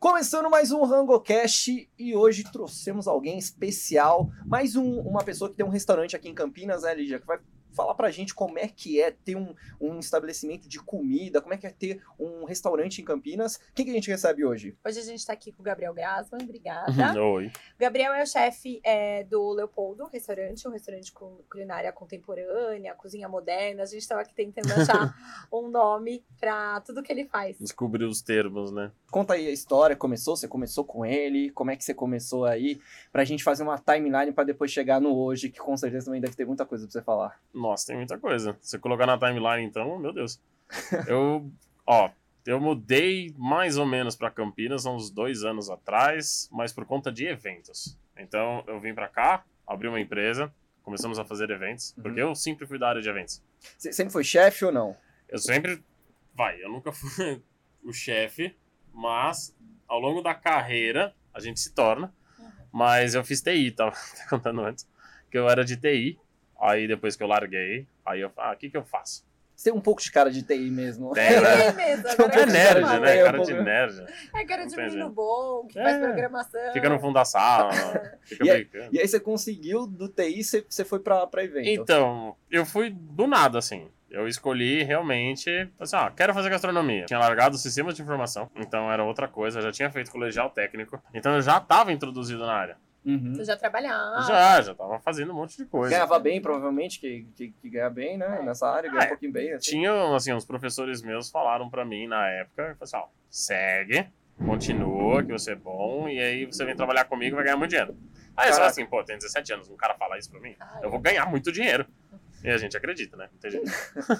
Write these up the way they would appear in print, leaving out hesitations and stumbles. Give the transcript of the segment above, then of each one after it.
Começando mais um RangoCast e hoje trouxemos alguém especial, uma pessoa que tem um restaurante aqui em Campinas, né, Lídia, que vai falar pra gente como é que é ter um estabelecimento de comida, como é que é ter um restaurante em Campinas. Quem que a gente recebe hoje? Hoje a gente tá aqui com o Gabriel Grassman, obrigada. Oi. O Gabriel é o chefe do Leopoldo Restaurante, um restaurante com culinária contemporânea, cozinha moderna. A gente tava aqui tentando achar um nome pra tudo que ele faz. Descobrir os termos, né? Conta aí a história, você começou com ele, como é que você começou aí, pra gente fazer uma timeline pra depois chegar no hoje, que com certeza também deve ter muita coisa pra você falar. Nossa, tem muita coisa. Se eu colocar na timeline, então, meu Deus. Eu mudei mais ou menos pra Campinas há uns 2 anos atrás, mas por conta de eventos. Então, eu vim pra cá, abri uma empresa, começamos a fazer eventos, porque eu sempre fui da área de eventos. Você sempre foi chefe ou não? Eu nunca fui o chefe, mas ao longo da carreira a gente se torna. Mas eu fiz TI, tava contando antes, que eu era de TI. Aí depois que eu larguei, aí eu falei, o que eu faço? Você tem um pouco de cara de TI mesmo. É mesmo. É nerd, né? Cara de nerd. É cara de menino jeito. bom, que faz programação. Fica no fundo da sala, fica brincando. E aí você conseguiu, do TI, você foi pra evento. Então, eu fui do nada, assim. Eu escolhi realmente, assim, quero fazer gastronomia. Tinha largado sistemas de informação, então era outra coisa. Eu já tinha feito colegial técnico, então eu já estava introduzido na área. Você já trabalhava? Já tava fazendo um monte de coisa. Ganhava bem, provavelmente, que ganha bem, né? Nessa área, ganha um pouquinho bem. Assim. Tinha, assim, uns professores meus falaram pra mim na época, falaram assim, segue, continua, que você é bom, e aí você vem trabalhar comigo e vai ganhar muito dinheiro. Aí eu falei assim, tem 17 anos, um cara falar isso pra mim, eu vou ganhar muito dinheiro. E a gente acredita, né? Não tem jeito.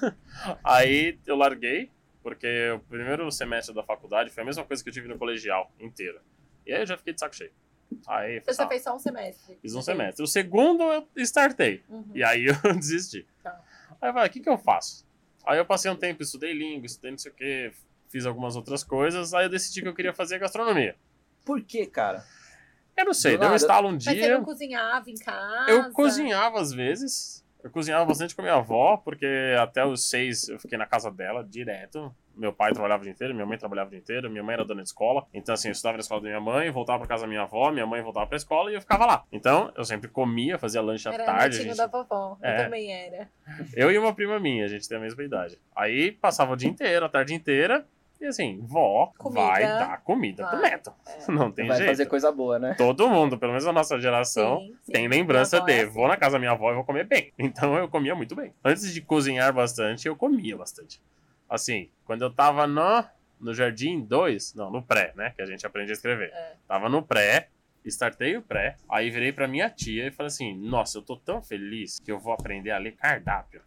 Aí eu larguei, porque o primeiro semestre da faculdade foi a mesma coisa que eu tive no colegial inteiro. E aí eu já fiquei de saco cheio. Aí, Você fez só um semestre? Fiz um semestre. O segundo eu startei. E aí eu desisti. Tá. Aí eu falei, o que eu faço? Aí eu passei um tempo, estudei língua, estudei não sei o quê, fiz algumas outras coisas, aí eu decidi que eu queria fazer gastronomia. Por quê, cara? Eu não sei, deu um estalo um Mas você dia. não cozinhava em casa? Eu cozinhava às vezes. Eu cozinhava bastante com a minha avó, porque até os 6 eu fiquei na casa dela, direto. Meu pai trabalhava o dia inteiro, minha mãe trabalhava o dia inteiro, minha mãe era dona de escola. Então, assim, eu estudava na escola da minha mãe, voltava pra casa da minha avó, minha mãe voltava pra escola e eu ficava lá. Então, eu sempre comia, fazia lanche à tarde. Era da vovó, eu também era. Eu e uma prima minha, a gente tem a mesma idade. Aí, passava o dia inteiro, a tarde inteira. E assim, vó vai dar comida pro neto. Não tem jeito. Vai fazer coisa boa, né? Todo mundo, pelo menos a nossa geração, sim. tem lembrança de vou na casa da minha avó e vou comer bem. Então eu comia muito bem. Antes de cozinhar bastante, eu comia bastante. Assim, quando eu tava no Jardim 2, no pré, né? Que a gente aprende a escrever. Tava no pré, startei o pré, aí virei pra minha tia e falei assim, nossa, eu tô tão feliz que eu vou aprender a ler cardápio.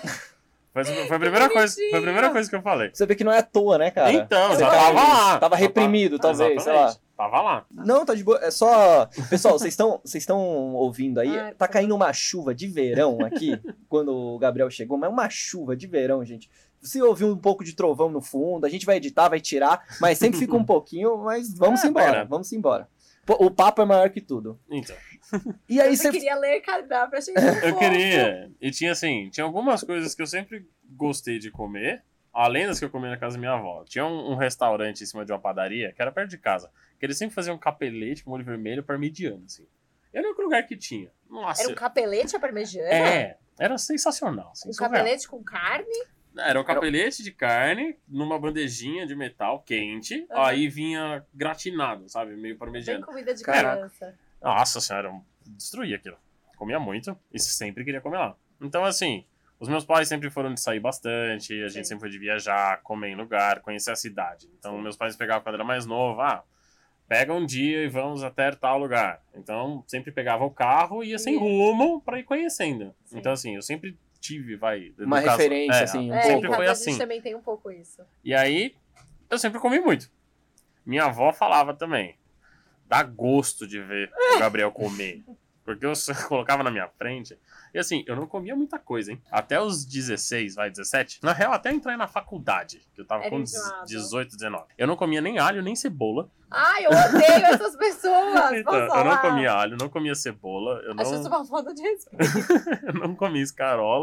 Foi a primeira coisa que eu falei. Você vê que não é à toa, né, cara? Então, já tava lá. Tava reprimido, talvez, sei lá. Tava lá. Não, tá de boa. É só... Pessoal, vocês estão ouvindo aí? Tá caindo uma chuva de verão aqui, quando o Gabriel chegou, mas uma chuva de verão, gente. Se ouvir um pouco de trovão no fundo, a gente vai editar, vai tirar, mas sempre fica um pouquinho, mas vamos embora. O papo é maior que tudo. Então. E aí você queria ler cardápio, achei Eu queria. E tinha algumas coisas que eu sempre gostei de comer, além das que eu comia na casa da minha avó. Tinha um restaurante em cima de uma padaria, que era perto de casa, que eles sempre faziam capelete com molho vermelho parmegiano, assim. Era o único lugar que tinha. Nossa. Era um capelete à parmegiana? Era sensacional. Assim, um capelete com carne? Era um capelete de carne numa bandejinha de metal quente, aí vinha gratinado, sabe? Meio parmegiano. Bem comida de criança. Nossa senhora, eu destruía aquilo. Comia muito e sempre queria comer lá. Então, assim, os meus pais sempre foram de sair bastante, a gente sempre foi de viajar, comer em lugar, conhecer a cidade. Então, meus pais pegavam quando era mais novo, pega um dia e vamos até tal lugar. Então, sempre pegava o carro e ia sem rumo pra ir conhecendo. Sim. Então, assim, eu sempre tive, uma referência, assim, um pouco. Sempre foi assim. A gente também tem um pouco isso. E aí, eu sempre comi muito. Minha avó falava também, dá gosto de ver o Gabriel comer. Porque eu colocava na minha frente. E assim, eu não comia muita coisa, hein? Até os 16, 17. Na real, até entrar na faculdade, que eu tava com 18, 19. Eu não comia nem alho, nem cebola. Ai, eu odeio essas pessoas! Então, eu não comia alho, não comia cebola. Acho isso uma falta de respeito. Eu não comia escarola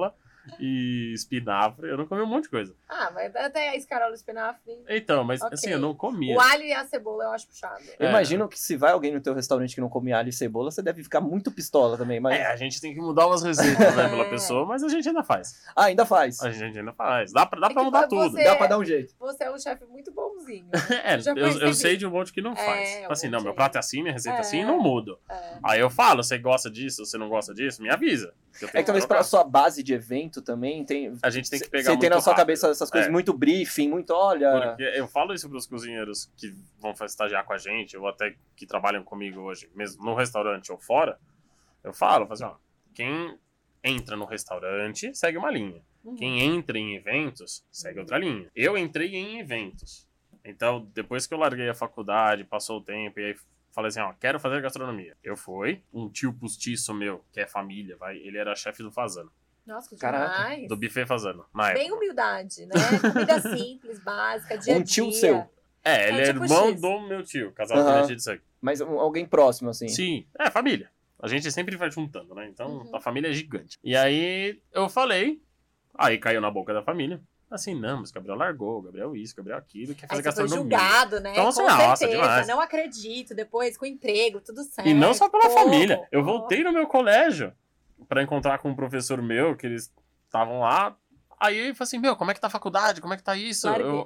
e espinafre. Eu não comi um monte de coisa. Mas até a escarola e espinafre. Então, mas assim, eu não comia. O alho e a cebola eu acho puxado. Eu imagino que se vai alguém no teu restaurante que não come alho e cebola, você deve ficar muito pistola também. Mas... a gente tem que mudar umas receitas, né, pela pessoa, mas a gente ainda faz. Ainda faz. A gente ainda faz. Dá pra mudar tudo. Dá pra dar um jeito. Você é um chefe muito bonzinho. Eu sei de um monte que não faz. Assim, não, meu prato é assim, minha receita é assim, não mudo. Aí eu falo, você gosta disso, você não gosta disso, me avisa. Que talvez pra sua base de evento também tem... A gente tem que pegar muito Você tem na sua rápido. cabeça essas coisas, muito briefing, muito, olha... Porque eu falo isso pros cozinheiros que vão estagiar com a gente, ou até que trabalham comigo hoje, mesmo no restaurante ou fora, eu falo assim, ó, quem entra no restaurante segue uma linha. Quem entra em eventos segue outra linha. Eu entrei em eventos. Então, depois que eu larguei a faculdade, passou o tempo, e aí falei assim, ó, quero fazer gastronomia. Eu fui, um tio postiço meu, que é família, ele era chefe do Fazano. Nossa, que demais. Caraca. Do buffet Fazano, na época. Bem humildade, né? Comida simples, básica, dia a dia. Um tio seu. Ele é tipo irmão X. do meu tio, casado com minha tia de sangue. Mas alguém próximo, assim. Sim, família. A gente sempre vai juntando, né? Então, a família é gigante. E aí, eu falei, aí caiu na boca da família. Assim, não, mas Gabriel largou, Gabriel isso, Gabriel aquilo, quer fazer gastronomia. Foi julgado, né? Então, assim, com nossa, certeza, demais. não acredito, depois com emprego, tudo certo. E não só pela família. Eu voltei no meu colégio pra encontrar com um professor meu, que eles estavam lá. Aí eu falei assim, meu, como é que tá a faculdade? Como é que tá isso?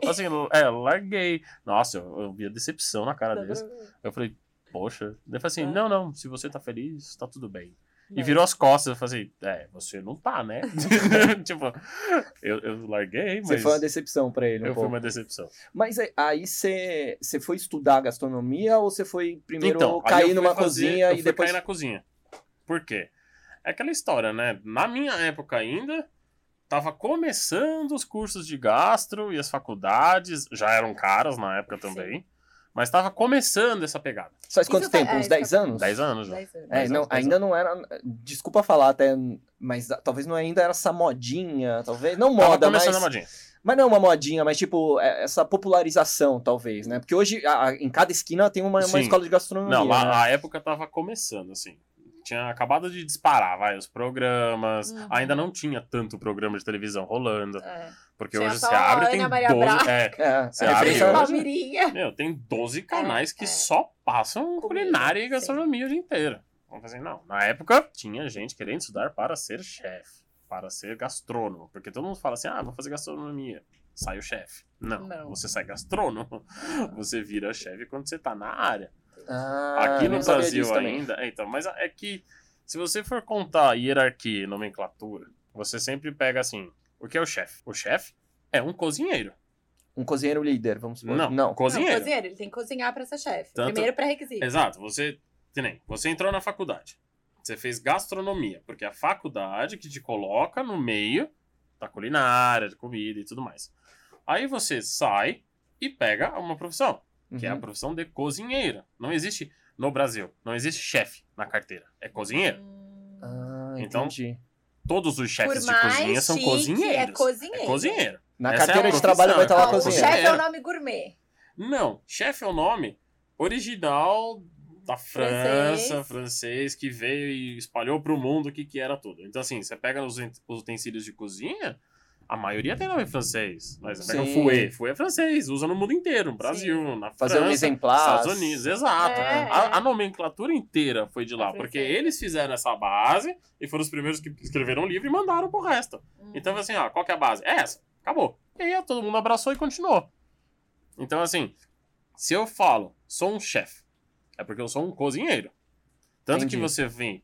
Larguei. Nossa, eu vi a decepção na cara deles. Eu falei, poxa. Ele falou assim, não, se você tá feliz, tá tudo bem. E virou as costas, eu falei assim, você não tá, né? Tipo, eu larguei, mas... Você foi uma decepção pra ele, Eu fui uma decepção. Mas aí você foi estudar gastronomia ou você foi primeiro Então, cair numa cozinha e depois... cair na cozinha. Por quê? É aquela história, né? Na minha época ainda, tava começando os cursos de gastro e as faculdades, já eram caras na época também. Sim. Mas tava começando essa pegada. Faz quanto tempo? Uns 10 anos? 10 anos já. 10 anos. Ainda não era... Desculpa falar até, mas talvez não ainda era essa modinha, talvez... Não moda, tava começando a modinha. Mas não uma modinha, mas tipo, essa popularização, talvez, né? Porque hoje, em cada esquina tem uma escola de gastronomia. Não, lá né? a época tava começando, assim. Tinha acabado de disparar, os programas. Ainda não tinha tanto programa de televisão rolando. Porque tinha hoje você abre e tem 12... você abre hoje, tem 12 canais que só passam culinária e gastronomia o dia inteiro. Vamos fazer, não. Na época, tinha gente querendo estudar para ser chefe, para ser gastrônomo. Porque todo mundo fala assim, vou fazer gastronomia. Sai o chefe. Não, você sai gastrônomo. Você vira chefe quando você tá na área. Aqui no Brasil ainda... Então, mas é que se você for contar hierarquia e nomenclatura, você sempre pega assim, o que é o chefe? O chefe é um cozinheiro. Um cozinheiro líder, vamos supor. Não, cozinheiro. Não, cozinheiro, ele tem que cozinhar pra ser chefe. Primeiro pré-requisito. Exato, você entrou na faculdade, você fez gastronomia, porque é a faculdade que te coloca no meio da culinária, de comida e tudo mais. Aí você sai e pega uma profissão. Que é a profissão de cozinheiro. Não existe no Brasil. Não existe chefe na carteira. É cozinheiro. Então, entendi. Todos os chefes de cozinha são cozinheiros. É cozinheiro. Na carteira de trabalho vai estar lá cozinheiro. O chefe é o nome gourmet. Não, chefe é o nome original da França, francês, que veio e espalhou pro mundo o que era tudo. Então, assim, você pega os utensílios de cozinha... A maioria tem nome francês. Mas você pega o fouet. Fouet é francês, usa no mundo inteiro. No Brasil, na França, fazer um exemplar. Estados Unidos, exato. A nomenclatura inteira foi de lá. Porque eles fizeram essa base e foram os primeiros que escreveram o livro e mandaram pro resto. Então, assim, qual que é a base? É essa. Acabou. E aí todo mundo abraçou e continuou. Então, assim, se eu falo, sou um chefe, é porque eu sou um cozinheiro. Tanto que você vem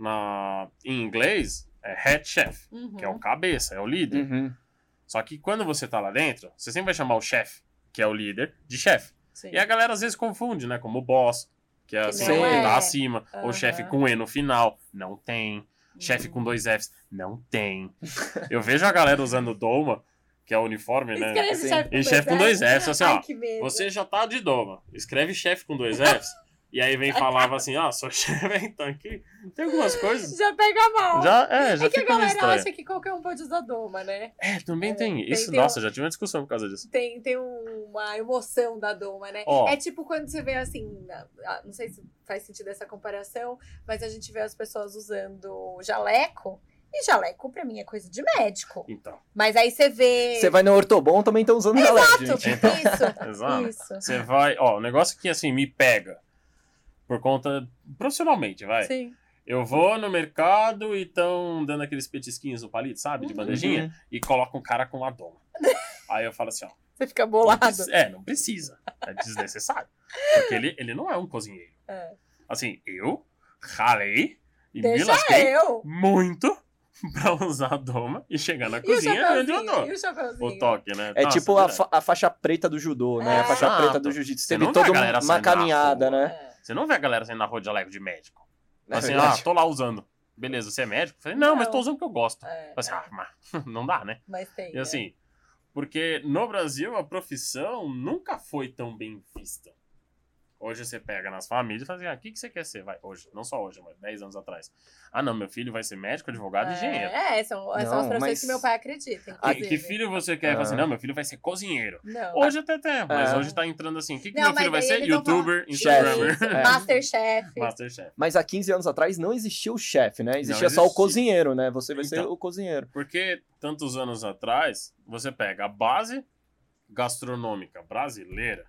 em inglês... É head chef, que é o cabeça, é o líder. Só que quando você tá lá dentro, você sempre vai chamar o chefe, que é o líder, de chefe. E a galera às vezes confunde, né? Como boss, que é assim, que tá acima. Ou chefe com E no final. Não tem. Chefe com 2 Fs. Não tem. Eu vejo a galera usando Doma, que é o uniforme, né? E chefe com 2 Fs. Assim, você já tá de Doma. Escreve chefe com 2 Fs. E aí falava assim, sou chefe, então aqui tem algumas coisas... Já pega mal. Já que fica a galera estranho. acha que qualquer um pode usar Doma, né? Também tem isso. Nossa, já tive uma discussão por causa disso. Tem uma emoção da Doma, né? É tipo quando você vê assim, não sei se faz sentido essa comparação, mas a gente vê as pessoas usando jaleco E jaleco, pra mim, é coisa de médico. Então. Mas aí você vê... Você vai no Ortobon, também estão usando jaleco, gente. Exato, Exato. isso. Você vai... Ó, o negócio que, assim, me pega por conta... Profissionalmente, vai. Sim. Eu vou no mercado e estão dando aqueles petisquinhos no palito, sabe? De bandejinha. E coloca um cara com a doma. Aí eu falo assim, ó. Você fica bolado. Não precisa. É desnecessário. Porque ele não é um cozinheiro. Assim, eu ralei e me lasquei muito pra usar a doma e chegar na cozinha onde eu tô. E o chapeuzinho? O toque, né? É Nossa, tipo a faixa preta do judô, né? A faixa preta do jiu-jitsu. Você Teve não vê toda a galera uma saindo na caminhada, rua. né? Você não vê a galera saindo na rua de jaleco de médico. Assim, verdade. tô lá usando. Beleza, você é médico? Eu falei, não, mas tô usando porque eu gosto. Assim, mas não dá, né? Mas tem. E assim, porque no Brasil a profissão nunca foi tão bem vista. Hoje você pega nas famílias e fala assim, o que você quer ser? Vai, hoje, não só hoje, mas 10 anos atrás. Ah, não, meu filho vai ser médico, advogado e engenheiro. São as profissões que meu pai acredita. Que filho você quer? Fala assim, não, meu filho vai ser cozinheiro. Não. Hoje até tem, mas hoje tá entrando assim, o que meu filho vai ser? eles Youtuber, vão Instagrammer. Masterchef. Mas há 15 anos atrás não existia o chefe, né? Existia só o cozinheiro, né? Você vai ser o cozinheiro. Porque tantos anos atrás, você pega a base gastronômica brasileira,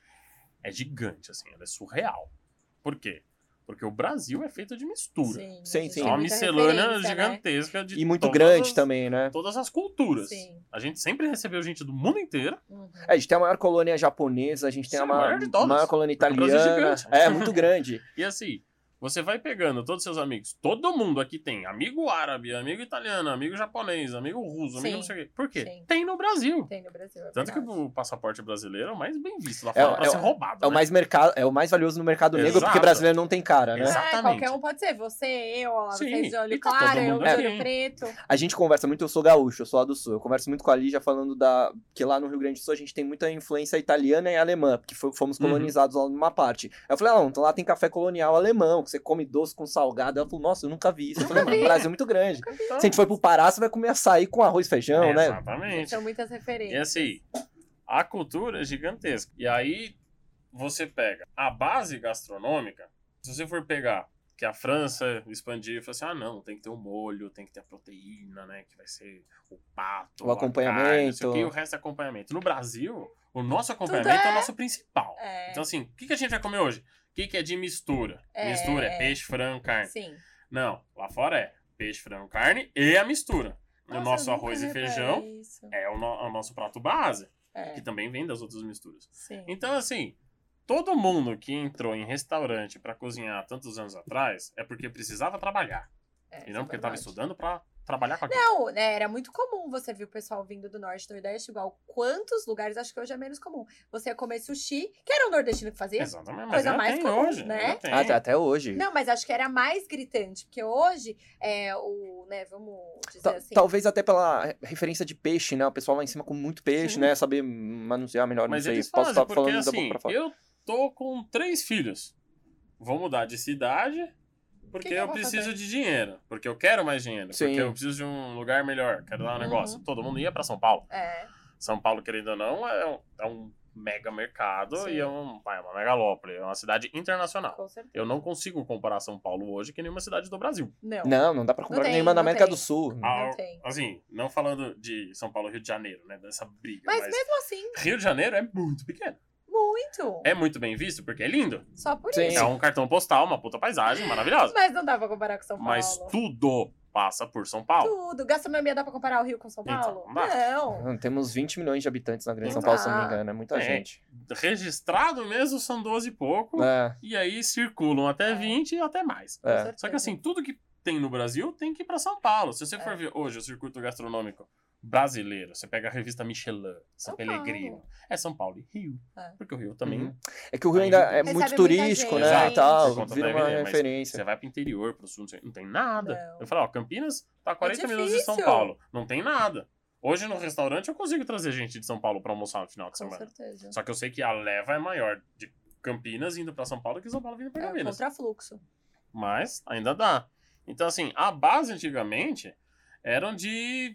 é gigante, assim, ela é surreal. Por quê? Porque o Brasil é feito de mistura. Sim. É uma miscelânea gigantesca de e muito grande também, né? Todas as culturas. Sim. A gente sempre recebeu gente do mundo inteiro. A gente tem a maior colônia japonesa, a gente tem a maior colônia italiana. É muito grande. E assim, você vai pegando todos os seus amigos. Todo mundo aqui tem amigo árabe, amigo italiano, amigo japonês, amigo russo, amigo não sei o quê. Por quê? Sim. Tem no Brasil. Tem no Brasil. Tanto que o passaporte brasileiro é o mais bem visto lá fora pra ser roubado. É o mais valioso no mercado negro, porque brasileiro não tem cara, né? Exatamente. Qualquer um pode ser. Você, eu, você de olho claro, eu de olho preto. A gente conversa muito, eu sou gaúcho, eu sou lá do sul. Eu converso muito com a Lígia falando que lá no Rio Grande do Sul a gente tem muita influência italiana e alemã, porque fomos colonizados lá numa parte. Aí eu falei, então lá tem café colonial alemão, que você come doce com salgado. Ela falou, nossa, eu nunca vi isso. Eu falei, o Brasil é muito grande. Se a gente for pro Pará, você vai comer açaí com arroz e feijão, né? Exatamente. São muitas referências. E assim, a cultura é gigantesca. E aí, você pega a base gastronômica, se você for pegar que a França expandiu e falou assim, não, tem que ter o molho, tem que ter a proteína, né, que vai ser o pato, o acompanhamento, carne, e o resto é acompanhamento. No Brasil, o nosso acompanhamento é o nosso principal. Então assim, o que a gente vai comer hoje? O que é de mistura? Mistura é peixe, frango, carne. Sim. Não, lá fora é peixe, frango, carne e a mistura. O nosso arroz e feijão é o nosso prato base, que também vem das outras misturas. Sim. Então, assim, todo mundo que entrou em restaurante para cozinhar tantos anos atrás é porque precisava trabalhar. E não porque estava estudando para trabalhar com aquilo. Não, né, era muito comum você ver o pessoal vindo do Norte e Nordeste, igual quantos lugares, acho que hoje é menos comum. Você ia comer sushi, que era um nordestino que fazia. Exatamente, mas coisa mais comum, hoje, né? Até hoje. Não, mas acho que era mais gritante, porque hoje vamos dizer assim. Talvez até pela referência de peixe, né? O pessoal lá em cima com muito peixe, né? Saber manusear melhor, mas não sei. Posso estar porque, falando assim, da boca pra fora. Eu tô com 3 filhos. Vou mudar de cidade porque eu preciso de dinheiro. Porque eu quero mais dinheiro. Sim. Porque eu preciso de um lugar melhor. Quero dar um negócio. Todo mundo ia pra São Paulo. São Paulo, querendo ou não, é um mega mercado e é uma megalópole. É uma cidade internacional. Com certeza. Eu não consigo comparar São Paulo hoje com nenhuma cidade do Brasil. Não dá pra comparar nenhuma na América do Sul. Não tem. Assim, não falando de São Paulo e Rio de Janeiro, né? Dessa briga. Mas mesmo assim. Rio de Janeiro é muito pequeno. Muito. É muito bem visto porque é lindo. Só por Sim. isso. É um cartão postal, uma puta paisagem maravilhosa. Mas não dá pra comparar com São Paulo. Mas tudo passa por São Paulo. Tudo. Gastronomia dá pra comparar o Rio com São Paulo? Então, não. Não, temos 20 milhões de habitantes na Grande São Paulo, se não me engano. É muita gente. Registrado mesmo são 12 e pouco. E aí circulam até 20 e até mais. Só que assim, tudo que tem no Brasil tem que ir pra São Paulo. Se você for ver hoje o circuito gastronômico brasileiro, você pega a revista Michelin, São Pellegrino, é São Paulo e Rio. Porque o Rio também... É que o Rio ainda é muito turístico, né? E tal, vira uma referência. Você vai pro interior, pro sul, não tem nada. Eu falo, Campinas tá 40 minutos de São difícil. Paulo. Não tem nada. Hoje no restaurante eu consigo trazer gente de São Paulo pra almoçar no final de semana. Com certeza. Só que eu sei que a leva é maior de Campinas indo pra São Paulo que São Paulo vindo pra Campinas. Contrafluxo. Mas ainda dá. Então, assim, a base antigamente eram de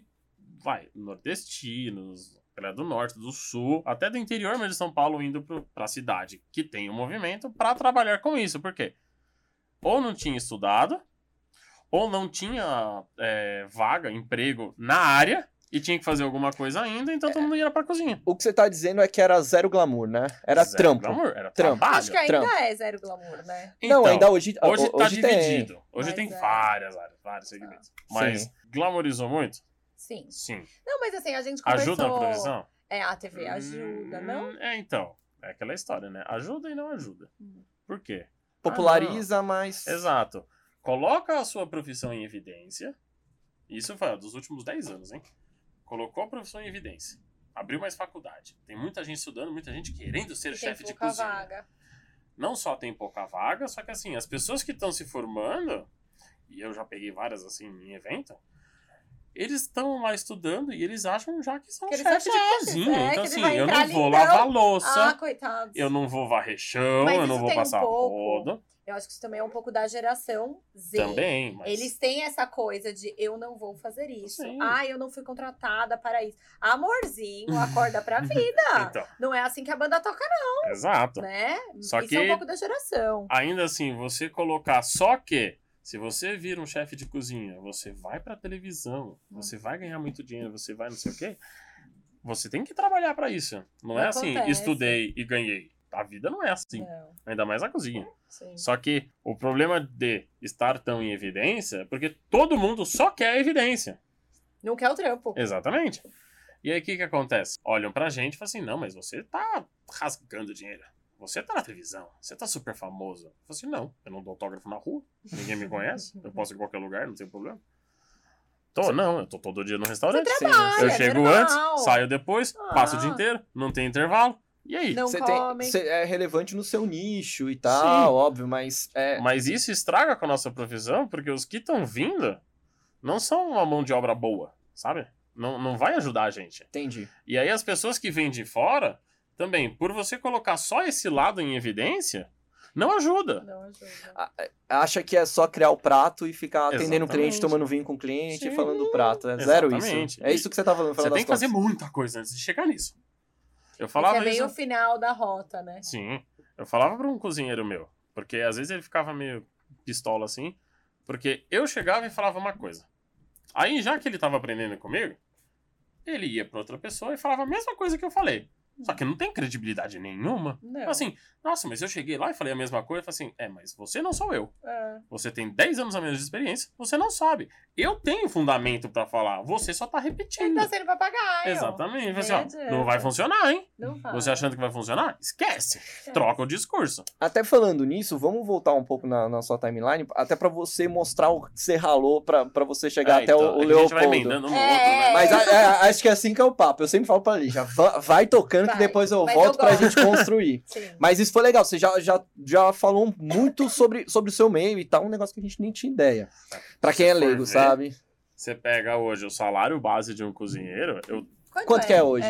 nordestinos, do norte, do sul, até do interior mesmo de São Paulo, indo pra cidade que tem um movimento pra trabalhar com isso. Por quê? Ou não tinha estudado, ou não tinha vaga, emprego na área, e tinha que fazer alguma coisa ainda, então todo mundo ia pra cozinha. O que você tá dizendo é que era zero glamour, né? Era Zero trampo. glamour, era Trampo. trabalho. Acho que ainda é zero glamour, né? Então, não, ainda hoje tá dividido. tem. Hoje Mas tem é. várias áreas, vários segmentos. Mas Sim. glamorizou muito? Sim. Sim. Não, mas assim, a gente conversou... Ajuda a provisão? A TV ajuda, não? Então. É aquela história, né? Ajuda e não ajuda. Por quê? Populariza, mas... Exato. Coloca a sua profissão em evidência. Isso foi dos últimos 10 anos, hein? Colocou a profissão em evidência. Abriu mais faculdade. Tem muita gente estudando, muita gente querendo ser chefe de cozinha. Vaga. Não só tem pouca vaga, só que assim, as pessoas que estão se formando, e eu já peguei várias assim em evento, eles estão lá estudando e eles acham já que são chefes de cozinha. Então assim, eu não vou lavar louça, coitados. eu não vou varrer chão, eu não vou passar rodo. Eu acho que isso também é um pouco da geração Z. Também, mas... Eles têm essa coisa de eu não vou fazer isso. Sim. Eu não fui contratada para isso. Amorzinho, acorda pra vida. Então. Não é assim que a banda toca, não. Exato. Né? Só isso que, é um pouco da geração. Ainda assim, você colocar só que, se você vira um chefe de cozinha, você vai pra televisão, você vai ganhar muito dinheiro, você vai não sei o quê, você tem que trabalhar pra isso. Não é assim, estudei e ganhei. A vida não é assim. Não. Ainda mais na cozinha. Sim. Só que o problema de estar tão em evidência é porque todo mundo só quer evidência. Não quer o trampo. Exatamente. E aí o que acontece? Olham pra gente e falam assim, não, mas você tá rasgando dinheiro. Você tá na televisão, você tá super famoso. Eu falo assim, não, eu não dou autógrafo na rua, ninguém me conhece, eu posso ir em qualquer lugar, não tem problema. Eu tô todo dia no restaurante. Você trabalha, eu chego normal. antes, saio depois, passo o dia inteiro, não tem intervalo. E aí? Não comem. Você é relevante no seu nicho e tal, óbvio, mas... Mas isso estraga com a nossa profissão, porque os que estão vindo não são uma mão de obra boa, sabe? Não vai ajudar a gente. Entendi. E aí as pessoas que vêm de fora, também, por você colocar só esse lado em evidência, não ajuda. Não ajuda. Acha que é só criar o prato e ficar atendendo o cliente, Exatamente. tomando vinho com o cliente e Sim. falando do prato. É zero Exatamente. isso. É isso que você tá falando. Você tem que fazer muita coisa antes de chegar nisso. Eu falava Esse é bem isso... o final da rota, né? Sim. Eu falava pra um cozinheiro meu, porque às vezes ele ficava meio pistola assim, porque eu chegava e falava uma coisa. Aí, já que ele tava aprendendo comigo, ele ia pra outra pessoa e falava a mesma coisa que eu falei. Só que não tem credibilidade nenhuma. Não. Assim, nossa, mas eu cheguei lá e falei a mesma coisa. Eu falei assim, mas você não sou eu. Você tem 10 anos a menos de experiência, você não sabe. Eu tenho fundamento pra falar, você só tá repetindo. Ele tá sendo papagaio. Exatamente. Assim, não vai funcionar, hein? Não vai. Você achando que vai funcionar? Esquece. Troca o discurso. Até falando nisso, vamos voltar um pouco na sua timeline, até pra você mostrar o que você ralou pra você chegar até então, o a Leopoldo. gente vai emendando um no outro, né? Mas acho que é assim que é o papo. Eu sempre falo pra ele, já vai tocando que depois eu mas volto eu pra gosto. gente construir. Sim. Mas isso foi legal, você já falou muito sobre o seu meio e tal, um negócio que a gente nem tinha ideia. Pra quem é for leigo, ver, sabe? Você pega hoje o salário base de um cozinheiro, Quanto que é hoje?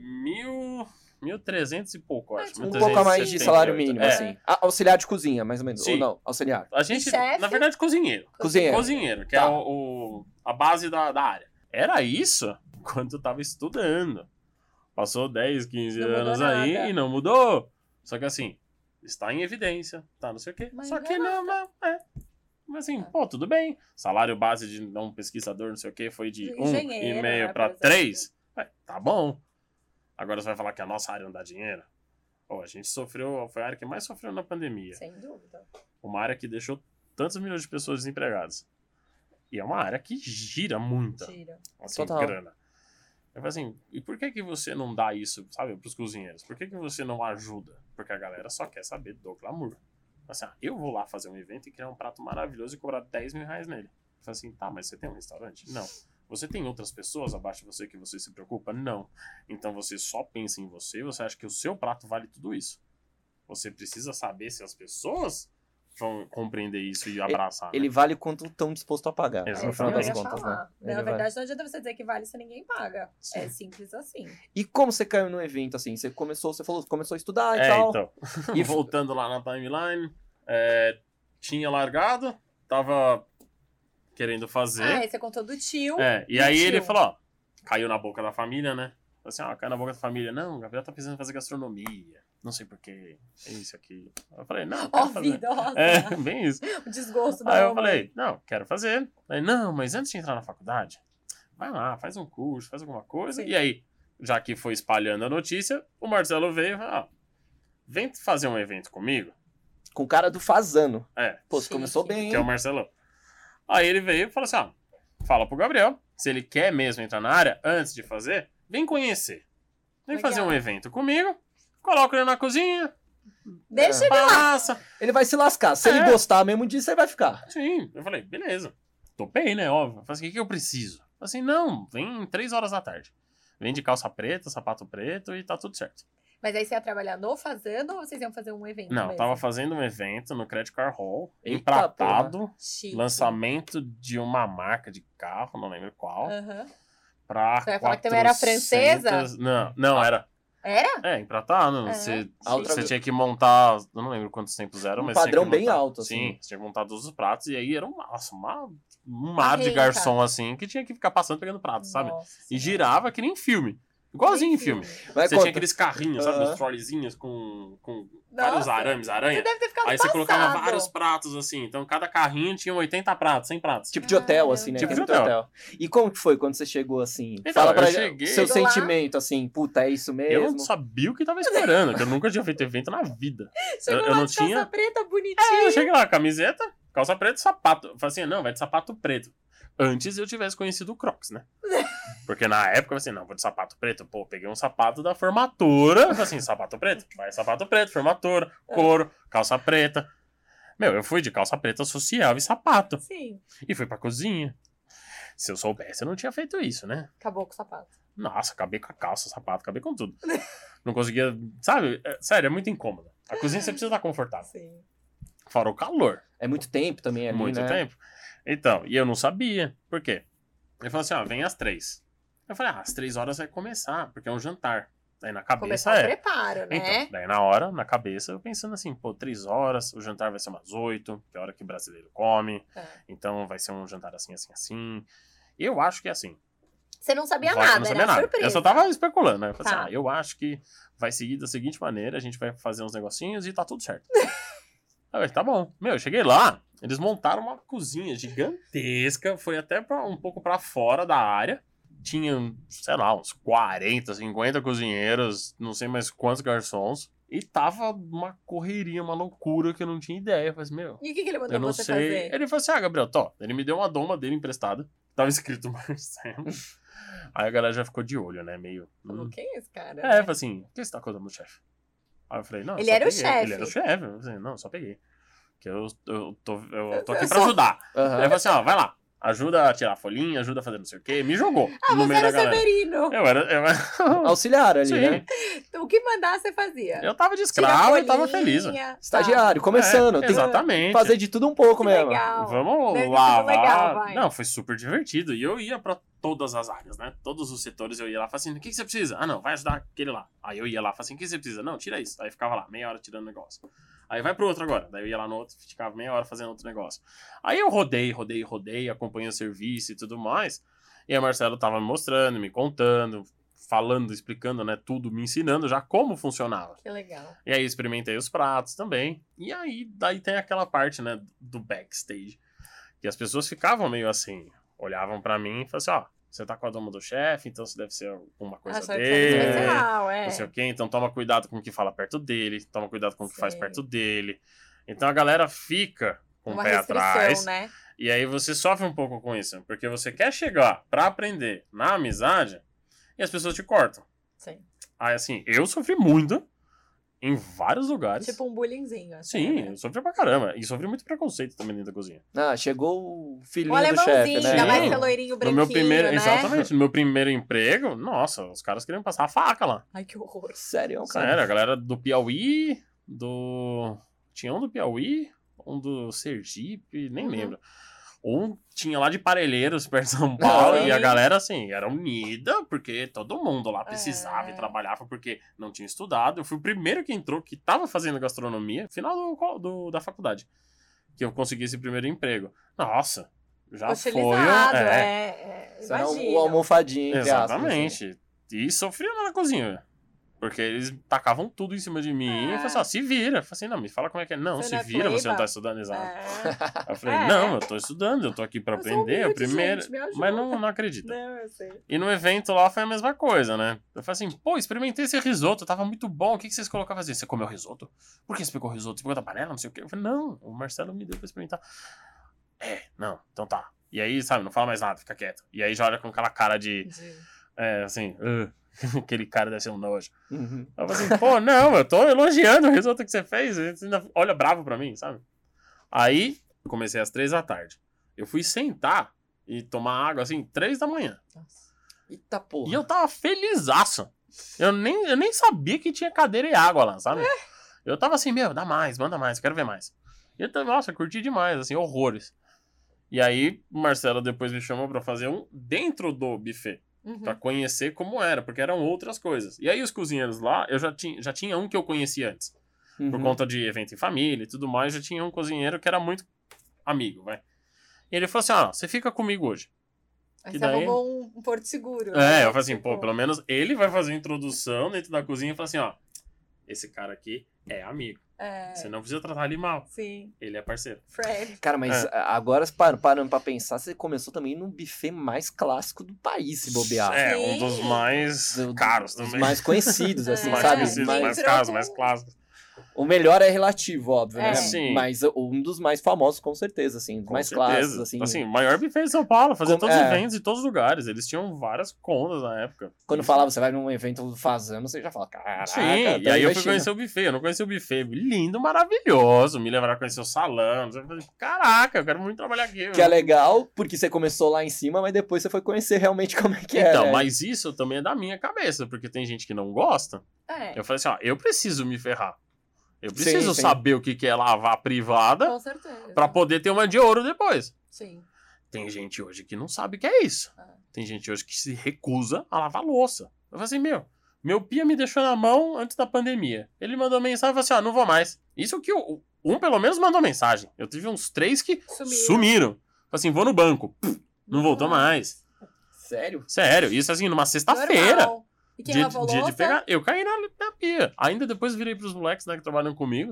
1.300 e pouco, eu acho. Um pouco a mais de salário mínimo, É. assim. Auxiliar de cozinha, mais ou menos. Sim. Ou não, auxiliar. A gente, chefe? na verdade, cozinheiro. Cozinheiro. Cozinheiro, que Tá. é a base da área. Era isso quando eu tava estudando. Passou 10, 15 Não mudou anos nada. aí e não mudou. Só que assim, está em evidência, tá não sei o quê. Mas Só não que é não, Mas assim, tudo bem. Salário base de um pesquisador, não sei o quê, foi de Engenheiro, 1,5 né, para por exemplo. 3. Tá bom. Agora você vai falar que a nossa área não dá dinheiro? A gente sofreu, foi a área que mais sofreu na pandemia. Sem dúvida. Uma área que deixou tantos milhões de pessoas desempregadas. E é uma área que gira muito. Tira. Assim, Total. grana. Eu falo assim, e por que você não dá isso, sabe, pros cozinheiros? Por que você não ajuda? Porque a galera só quer saber do glamour. Assim, eu vou lá fazer um evento e criar um prato maravilhoso e cobrar 10 mil reais nele. Eu falo assim, tá, mas você tem um restaurante? Não. Você tem outras pessoas abaixo de você que você se preocupa? Não. Então você só pensa em você acha que o seu prato vale tudo isso. Você precisa saber se as pessoas vão compreender isso e abraçar. Ele né? vale quanto estão dispostos a pagar, no Exatamente. final das Eu ia contas, falar. né? Ele Na vai. verdade, não adianta você dizer que vale se ninguém paga. Sim. É simples assim. E como você caiu no evento, assim? Você começou a estudar e tal. Então. E E voltando lá na timeline, tinha largado, tava querendo fazer. Aí você contou do tio. E aí tio. ele falou, caiu na boca da família, né? Falou assim, caiu na boca da família. Não, o Gabriel tá precisando fazer gastronomia. não sei porquê, é isso aqui. Eu falei, não, Ó, quero fazer. vida, nossa. É, bem isso. O desgosto da Aí eu mamãe. falei, não, quero fazer. Aí, não, mas antes de entrar na faculdade, vai lá, faz um curso, faz alguma coisa. Sim. E aí, já que foi espalhando a notícia, o Marcelo veio e falou, vem fazer um evento comigo. Com o cara do Fazano. É, Pô, você Chique. começou bem, que é o hein? Marcelão. Aí ele veio e falou assim, fala pro Gabriel, se ele quer mesmo entrar na área, antes de fazer, vem conhecer. Vem Legal. fazer um evento comigo, coloca ele na cozinha, Deixa ele lá. passa. Ele vai se lascar. Se ele É. gostar mesmo disso, ele vai ficar. Sim, eu falei, beleza. Topei, né, óbvio. Eu falei assim, o que eu preciso? Eu falei assim, não, vem 3 horas da tarde. Vem de calça preta, sapato preto e tá tudo certo. Mas aí você ia trabalhar no Fazano ou vocês iam fazer um evento Não, mesmo? tava fazendo um evento no Credit Card Hall, Eita, empratado, Chique. lançamento de uma marca de carro, não lembro qual, Aham. pra Você vai falar que também era 400. francesa? Não, era. Era? É, empratado. É, Você chique. tinha que montar, eu não lembro quantos tempos eram, Um mas você tinha padrão que bem montar. alto, assim. Sim, você tinha que montar todos os pratos, e aí era um mar de renca. garçom, assim, que tinha que ficar passando pegando pratos, sabe? Nossa E Senhora. girava que nem filme. Igualzinho em filme. Mas Você conta. tinha aqueles carrinhos, sabe? Aham. Os trolleyzinhos com Nossa. vários arames, Você aranha. deve ter ficado Aí você colocava passado. vários pratos, assim. Então cada carrinho tinha 80 pratos, 100 pratos. Tipo de hotel, assim, né? Tipo Tem de muito hotel. E como que foi quando você chegou, assim? Então, Fala pra eu cheguei- seu Chegou lá. sentimento, assim. Puta, é isso Eu mesmo? não sabia o que tava esperando, que eu nunca tinha feito evento na vida. Chegou eu lá não de calça tinha- preta, É, bonitinho. eu cheguei lá, camiseta, calça preta e sapato. Eu falei assim, não, vai de sapato preto. Antes eu tivesse conhecido o Crocs, né? Porque na época eu falei assim, não, vou de sapato preto. Pô, peguei um sapato da formatura. Eu falei assim, sapato preto? Vai sapato preto, formatura, couro, calça preta. Meu, eu fui de calça preta social e sapato. Sim, E fui pra cozinha. Se eu soubesse, eu não tinha feito isso, né? acabou com o sapato. Nossa, acabei com a calça, sapato, acabei com tudo. Não conseguia, sabe? Sério, é muito incômodo. A cozinha você precisa estar confortável. Sim. Fora o calor. É muito tempo também ali, Muito né? tempo. Então, e eu não sabia. Por quê? Ele falou assim, vem às 3. Eu falei, às 3 horas vai começar, porque é um jantar. Daí na cabeça Começar o é. preparo, né? Então, daí na hora, na cabeça, eu pensando assim, 3 horas, o jantar vai ser umas 8, que é a hora que o brasileiro come. É. Então vai ser um jantar assim, assim, assim. Eu acho que é assim. Você não sabia Eu nada, não era sabia nada. surpresa. Eu só tava especulando, né? Eu falei Tá. assim, eu acho que vai seguir da seguinte maneira, a gente vai fazer uns negocinhos e tá tudo certo. Aí eu falei, tá bom. Meu, eu cheguei lá, eles montaram uma cozinha gigantesca, foi até um pouco pra fora da área. Tinha, sei lá, uns 40, 50 cozinheiros, não sei mais quantos garçons. E tava uma correria, uma loucura que eu não tinha ideia. Eu falei assim, meu, E o que ele mandou eu não você sei. fazer? Ele falou assim, Gabriel, ele me deu uma doma dele emprestada. Tava escrito Marcelo. Aí a galera já ficou de olho, né? Meio. Falou, quem é esse cara? É, né? falei assim, o que você tá contando do chefe? Aí eu falei, não, Ele só era o peguei. chefe. Ele era o chefe. Eu falei, não, só peguei. Porque eu tô aqui Eu pra só- ajudar. Aí Aham. eu falei assim, vai lá. Ajuda a tirar a folhinha, ajuda a fazer não sei o quê. Me jogou no Você meio era da o galera. Severino. Eu era... Auxiliar ali, Sim. né? Então, o que mandar, você fazia. Eu tava de Tira a escravo e tava folhinha, feliz. tá. Estagiário, começando. É, Tem que exatamente. fazer de tudo um pouco Que mesmo. legal. Vamos Deve ter lá. sido legal, vai. Não, foi super divertido. E eu ia pra todas as áreas, né? Todos os setores eu ia lá e falava assim, o que você precisa? Ah, não, vai ajudar aquele lá. Aí eu ia lá e falava assim, o que você precisa? Não, tira isso. Aí ficava lá, meia hora tirando negócio. Aí vai pro outro agora. Daí eu ia lá no outro, ficava meia hora fazendo outro negócio. Aí eu rodei, acompanhei o serviço e tudo mais. E a Marcelo tava me mostrando, me contando, falando, explicando, né, tudo, me ensinando já como funcionava. Que legal. E aí experimentei os pratos também. E aí, daí tem aquela parte, né, do backstage. Que as pessoas ficavam meio assim, olhavam pra mim e falavam assim, você tá com a doma do chefe, então você deve ser alguma coisa Achava que dele. era especial, Não sei o quê, então toma cuidado com o que fala perto dele, toma cuidado com o que faz Sei. perto dele. Então a galera fica com Uma o pé restrição, atrás. né? E aí você sofre um pouco com isso, porque você quer chegar pra aprender na amizade e as pessoas te cortam. Sim. Aí assim, eu sofri muito em vários lugares. Tipo um bullyingzinho. Assim, Sim, né? eu sofri pra caramba. E sofri muito preconceito também dentro da cozinha. Ah, chegou o filhinho O do chefe, alemãozinho, né? ainda mais Sim. que é loirinho No branquinho, meu primeiro, né? exatamente, no meu primeiro emprego, nossa, os caras queriam passar a faca lá. Ai, que horror. Sério, cara. Sério, a galera do Piauí, tinha um do Piauí, um do Sergipe, nem Uhum. lembro. Um tinha lá de Parelheiros, perto de São Paulo, Sim. e a galera, assim, era unida, porque todo mundo lá precisava É. e trabalhava, porque não tinha estudado. Eu fui o primeiro que entrou, que tava fazendo gastronomia, final da faculdade, que eu consegui esse primeiro emprego. Nossa, já foi... Hostilizado, é, Isso era imagina. o almofadinho, entre aspas, assim. exatamente. E sofria lá na cozinha. Porque eles tacavam tudo em cima de mim e falavam assim, ó, se vira. Eu falei assim, não, me fala como é que é. Não, Você se não é vira, pleiba? você não tá estudando, exato. É. Eu falei, não, eu tô estudando, eu tô aqui pra Eu sou aprender. humilde, O primeiro... gente, me ajuda. Mas não acredita. Não, eu sei. E no evento lá foi a mesma coisa, né? Eu falei assim, pô, experimentei esse risoto, tava muito bom. O que vocês colocavam assim? Você comeu risoto? Por que você pegou risoto? Você pegou da panela? Não sei o quê. Eu falei, não, o Marcelo me deu pra experimentar. Não, então tá. E aí, sabe, não fala mais nada, fica quieto. E aí já olha com aquela cara de... assim... aquele cara deve ser um nojo. Uhum. Eu falei assim, pô, não, eu tô elogiando o risoto que você fez. Você ainda olha bravo pra mim, sabe? Aí, eu comecei às 3h. Eu fui sentar e tomar água, assim, 3h. Nossa. Eita porra. E eu tava felizaço. Eu nem sabia que tinha cadeira e água lá, sabe? Eu tava assim, dá mais, manda mais, quero ver mais. E eu, nossa, curti demais, assim, horrores. E aí, o Marcelo depois me chamou pra fazer um dentro do buffet. Pra conhecer como era, porque eram outras coisas. E aí os cozinheiros lá, eu já tinha um que eu conhecia antes. Por conta de evento em família e tudo mais, já tinha um cozinheiro que era muito amigo, vai. E ele falou assim, você fica comigo hoje. Aí que você daí... arrumou um porto seguro. Né? Eu falei assim, pô, pelo menos ele vai fazer a introdução dentro da cozinha e falar assim, esse cara aqui é amigo. Você não precisa tratar ele mal. Sim. Ele é parceiro. Friend. Cara, mas agora, parando pra pensar, você começou também no buffet mais clássico do país, se bobear. Um dos mais caros também. Os mais conhecidos, assim, mais sabe? conhecidos, mais caros, mais clássicos. O melhor é relativo, óbvio, né? Sim. Mas um dos mais famosos, com certeza, assim. Dos mais clássicos, assim. Assim, o maior buffet de São Paulo, fazia todos os eventos em todos os lugares. Eles tinham várias contas na época. Quando falava, você vai num evento fazendo, você já fala, caraca. Sim, e aí eu fui conhecer o buffet. Eu não conheci o buffet. Lindo, maravilhoso. Me levaram a conhecer o salão. Eu falei, caraca, eu quero muito trabalhar aqui. Que é legal, porque você começou lá em cima, mas depois você foi conhecer realmente como é que é. Então, mas isso também é da minha cabeça, porque tem gente que não gosta. Eu falei assim, eu preciso me ferrar. Eu preciso saber o que é lavar a privada. Com certeza. Pra poder ter uma de ouro depois. Sim. Tem gente hoje que não sabe o que é isso. Tem gente hoje que se recusa a lavar louça. Eu falei assim, meu pia me deixou na mão antes da pandemia. Ele mandou mensagem e falou assim, não vou mais. Isso que um pelo menos mandou mensagem. Eu tive uns 3 que sumiram. Falei assim, vou no banco. Não voltou mais. Sério? Sério. Isso assim, numa sexta-feira. E quem lavou louça? De pegar, eu caí na pia. Ainda depois virei pros moleques, né, que trabalham comigo.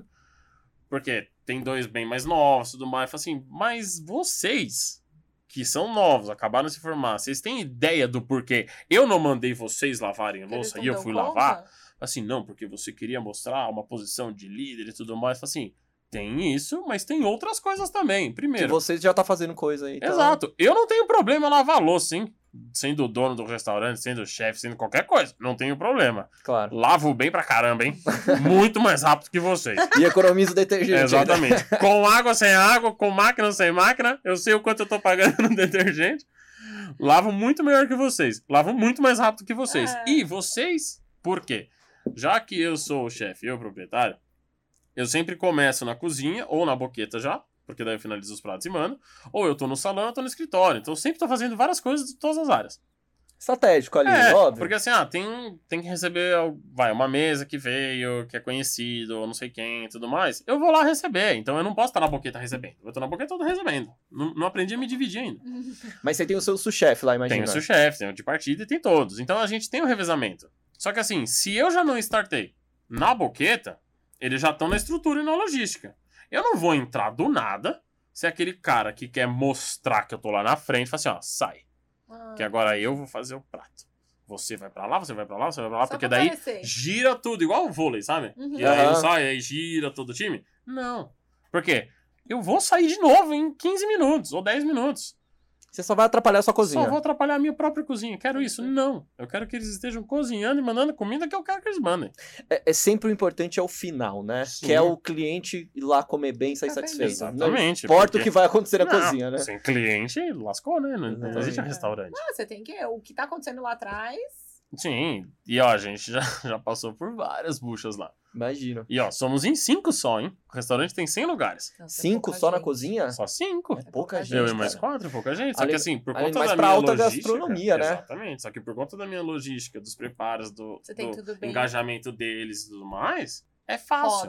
Porque tem 2 bem mais novos e tudo mais. Falei assim, mas vocês, que são novos, acabaram de se formar, vocês têm ideia do porquê eu não mandei vocês lavarem a louça e eu fui lavar? Assim, não, porque você queria mostrar uma posição de líder e tudo mais. Falei assim, tem isso, mas tem outras coisas também. Primeiro... Que você já tá fazendo coisa aí. Então... Exato. Eu não tenho problema lavar louça, hein? Sendo o dono do restaurante, sendo o chefe, sendo qualquer coisa. Não tenho problema. Claro. Lavo bem pra caramba, hein? Muito mais rápido que vocês. E economiza o detergente. Exatamente. Ainda. Com água, sem água, com máquina, sem máquina. Eu sei o quanto eu tô pagando no detergente. Lavo muito melhor que vocês. Lavo muito mais rápido que vocês. E vocês, por quê? Já que eu sou o chefe e o proprietário, eu sempre começo na cozinha ou na boqueta já. Porque daí eu finalizo os pratos e mando. Ou eu tô no salão, eu tô no escritório. Então eu sempre tô fazendo várias coisas de todas as áreas. Estratégico ali, óbvio. Porque assim, tem que receber, uma mesa que veio, que é conhecido, ou não sei quem e tudo mais. Eu vou lá receber. Então eu não posso estar na boqueta recebendo. Eu tô na boqueta, eu tô recebendo. Não aprendi a me dividir ainda. Mas você tem o seu sous-chefe lá, imagina. Tem o sous-chefe, tem o de partida e tem todos. Então a gente tem o revezamento. Só que assim, se eu já não startei na boqueta, eles já estão na estrutura e na logística. Eu não vou entrar do nada se aquele cara que quer mostrar que eu tô lá na frente fala assim, sai. Que agora eu vou fazer o prato. Você vai pra lá, você vai pra lá, você vai pra lá, porque daí gira tudo, igual o vôlei, sabe? E aí eu saio, aí gira todo o time. Não. Por quê? Eu vou sair de novo em 15 minutos ou 10 minutos. Você só vai atrapalhar a sua cozinha. Só vou atrapalhar a minha própria cozinha. Quero isso? Não. Eu quero que eles estejam cozinhando e mandando comida que eu quero que eles mandem. Sempre o importante é o final, né? Sim. Que é o cliente ir lá comer bem e sair satisfeito. Exatamente. Não importa o que vai acontecer na cozinha, né? Sem cliente, lascou, né? Não existe um restaurante. Não, você tem que... O que tá acontecendo lá atrás... Sim. E ó, a gente já passou por várias buchas lá. Imagino. E ó, somos em 5 só, hein? O restaurante tem 100 lugares. Nossa, 5 só na cozinha? Só 5. É pouca gente, Eu e mais cara. 4, pouca gente. Só que assim, por conta mais da pra minha alta logística... gastronomia, né? Exatamente. Só que por conta da minha logística, dos preparos, do tudo bem. engajamento deles e tudo mais, é fácil. Foda.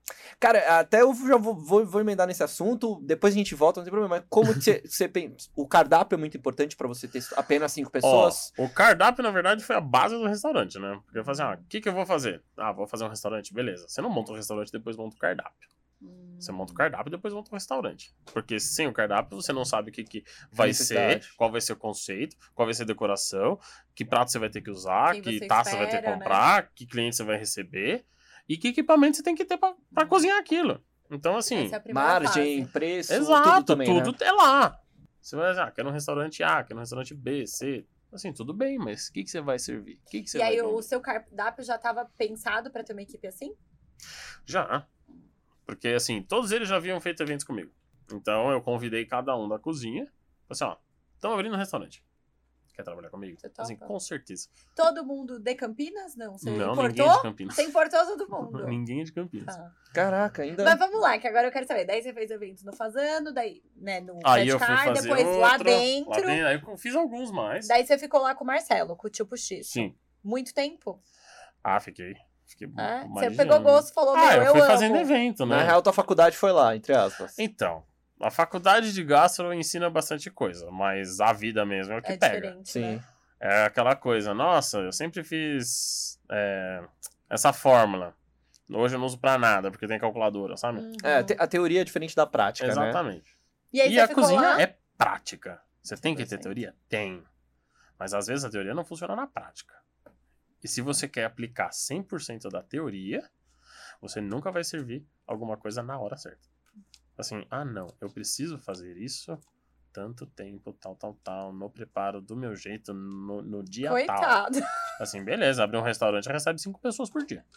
Cara, até eu já vou emendar nesse assunto, depois a gente volta, não tem problema. Mas como que você pensa? O cardápio é muito importante pra você ter apenas 5 pessoas? O cardápio, na verdade, foi a base do restaurante, né? Porque eu falei assim, o que eu vou fazer? Vou fazer um restaurante, beleza. Você não monta um restaurante e depois monta o cardápio. Você monta o cardápio e depois monta o restaurante. Porque sem o cardápio, você não sabe o que vai ser, qual vai ser o conceito, qual vai ser a decoração, que prato você vai ter que usar, que taça você vai ter que comprar, né? Que cliente você vai receber. E que equipamento você tem que ter pra cozinhar aquilo. Então, assim... Margem, preço, exato, tudo também, tudo né? é lá. Você vai dizer, quero um restaurante A, quero um restaurante B, C. Assim, tudo bem, mas o que você vai servir? O que você vai aí, vender? O seu cardápio já estava pensado pra ter uma equipe assim? Já. Porque, assim, todos eles já haviam feito eventos comigo. Então, eu convidei cada um da cozinha. Falei assim, estamos abrindo um restaurante. Quer trabalhar comigo? Assim, com certeza. Todo mundo de Campinas? Não. Você não, importou? Ninguém é de Campinas. Você importou todo mundo? Ninguém é de Campinas. Caraca, ainda... Mas vamos lá, que agora eu quero saber. Daí você fez eventos no Fazano, daí, né, no Aí eu Car, fui fazer depois outro, lá dentro. Aí eu fiz alguns mais. Daí você ficou lá com o Marcelo, com o tio Puxiço. Sim. Muito tempo? Fiquei mais você pegou gosto, falou, eu fui amo. fazendo evento, né? Na real, tua faculdade foi lá, entre aspas. Então, a faculdade de gastro ensina bastante coisa, mas a vida mesmo é o que pega. Diferente, sim. Né? É aquela coisa, nossa, eu sempre fiz essa fórmula. Hoje eu não uso pra nada, porque tem calculadora, sabe? Uhum. A teoria é diferente da prática, Exatamente. Né? E a cozinha lá? é prática. Você tem que ter teoria? Tem. Mas às vezes a teoria não funciona na prática. E se você quer aplicar 100% da teoria, você nunca vai servir alguma coisa na hora certa. Assim, não, eu preciso fazer isso tanto tempo, tal, no preparo do meu jeito, no dia Coitado. tal. Assim, beleza, abrir um restaurante, recebe 5 pessoas por dia.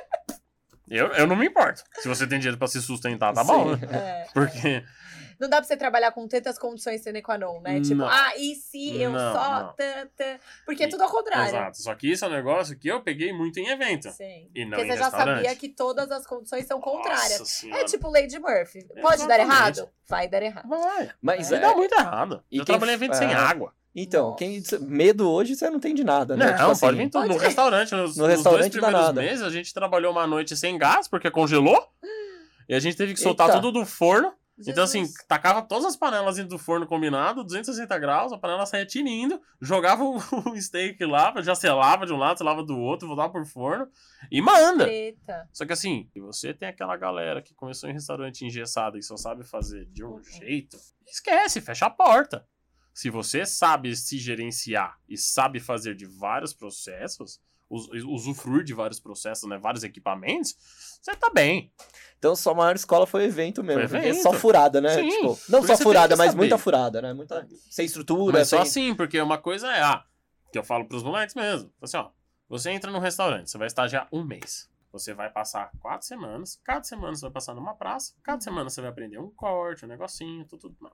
Eu não me importo. Se você tem dinheiro pra se sustentar, tá bom, né? Porque... Não dá pra você trabalhar com tantas condições sine qua non, né? Tipo, e se eu só... Porque é tudo ao contrário. Exato. Só que isso é um negócio que eu peguei muito em evento. Sim. E não porque em você já restaurante. sabia que todas as condições são contrárias. Nossa senhora. É tipo Lady Murphy. Pode dar errado? Vai dar errado. Vai. Mas dá muito errado. E eu trabalhei em evento sem água. Então, medo hoje você não tem de nada, né? Não, pode vir tudo. No restaurante, nos 2 primeiros meses, a gente trabalhou uma noite sem gás, porque congelou. E a gente teve que soltar tudo do forno. Jesus. Então, assim, tacava todas as panelas dentro do forno combinado, 260 graus, a panela saía tinindo, jogava o steak lá, já selava de um lado, selava do outro, voltava pro forno e manda! Eita. Só que assim, se você tem aquela galera que começou em restaurante engessado e só sabe fazer de um jeito, esquece, fecha a porta. Se você sabe se gerenciar e sabe fazer de vários processos, usufruir de vários processos, né, vários equipamentos, você tá bem. Então, sua maior escola foi evento mesmo. Foi evento. Só furada, né? Sim, tipo, não só furada, mas muita furada, né? Muita... Sem estrutura. Mas só assim, porque uma coisa que eu falo pros moleques mesmo. Assim, você entra num restaurante, você vai estagiar 1 mês. Você vai passar 4 semanas, cada semana você vai passar numa praça, cada semana você vai aprender um corte, um negocinho, tudo. Não.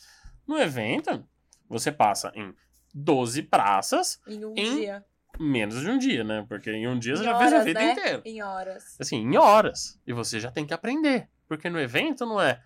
No evento, você passa em 12 praças em um dia. Menos de um dia, né? Porque em um dia você já fez o evento inteiro. Em horas. Assim, em horas. E você já tem que aprender. Porque no evento não é...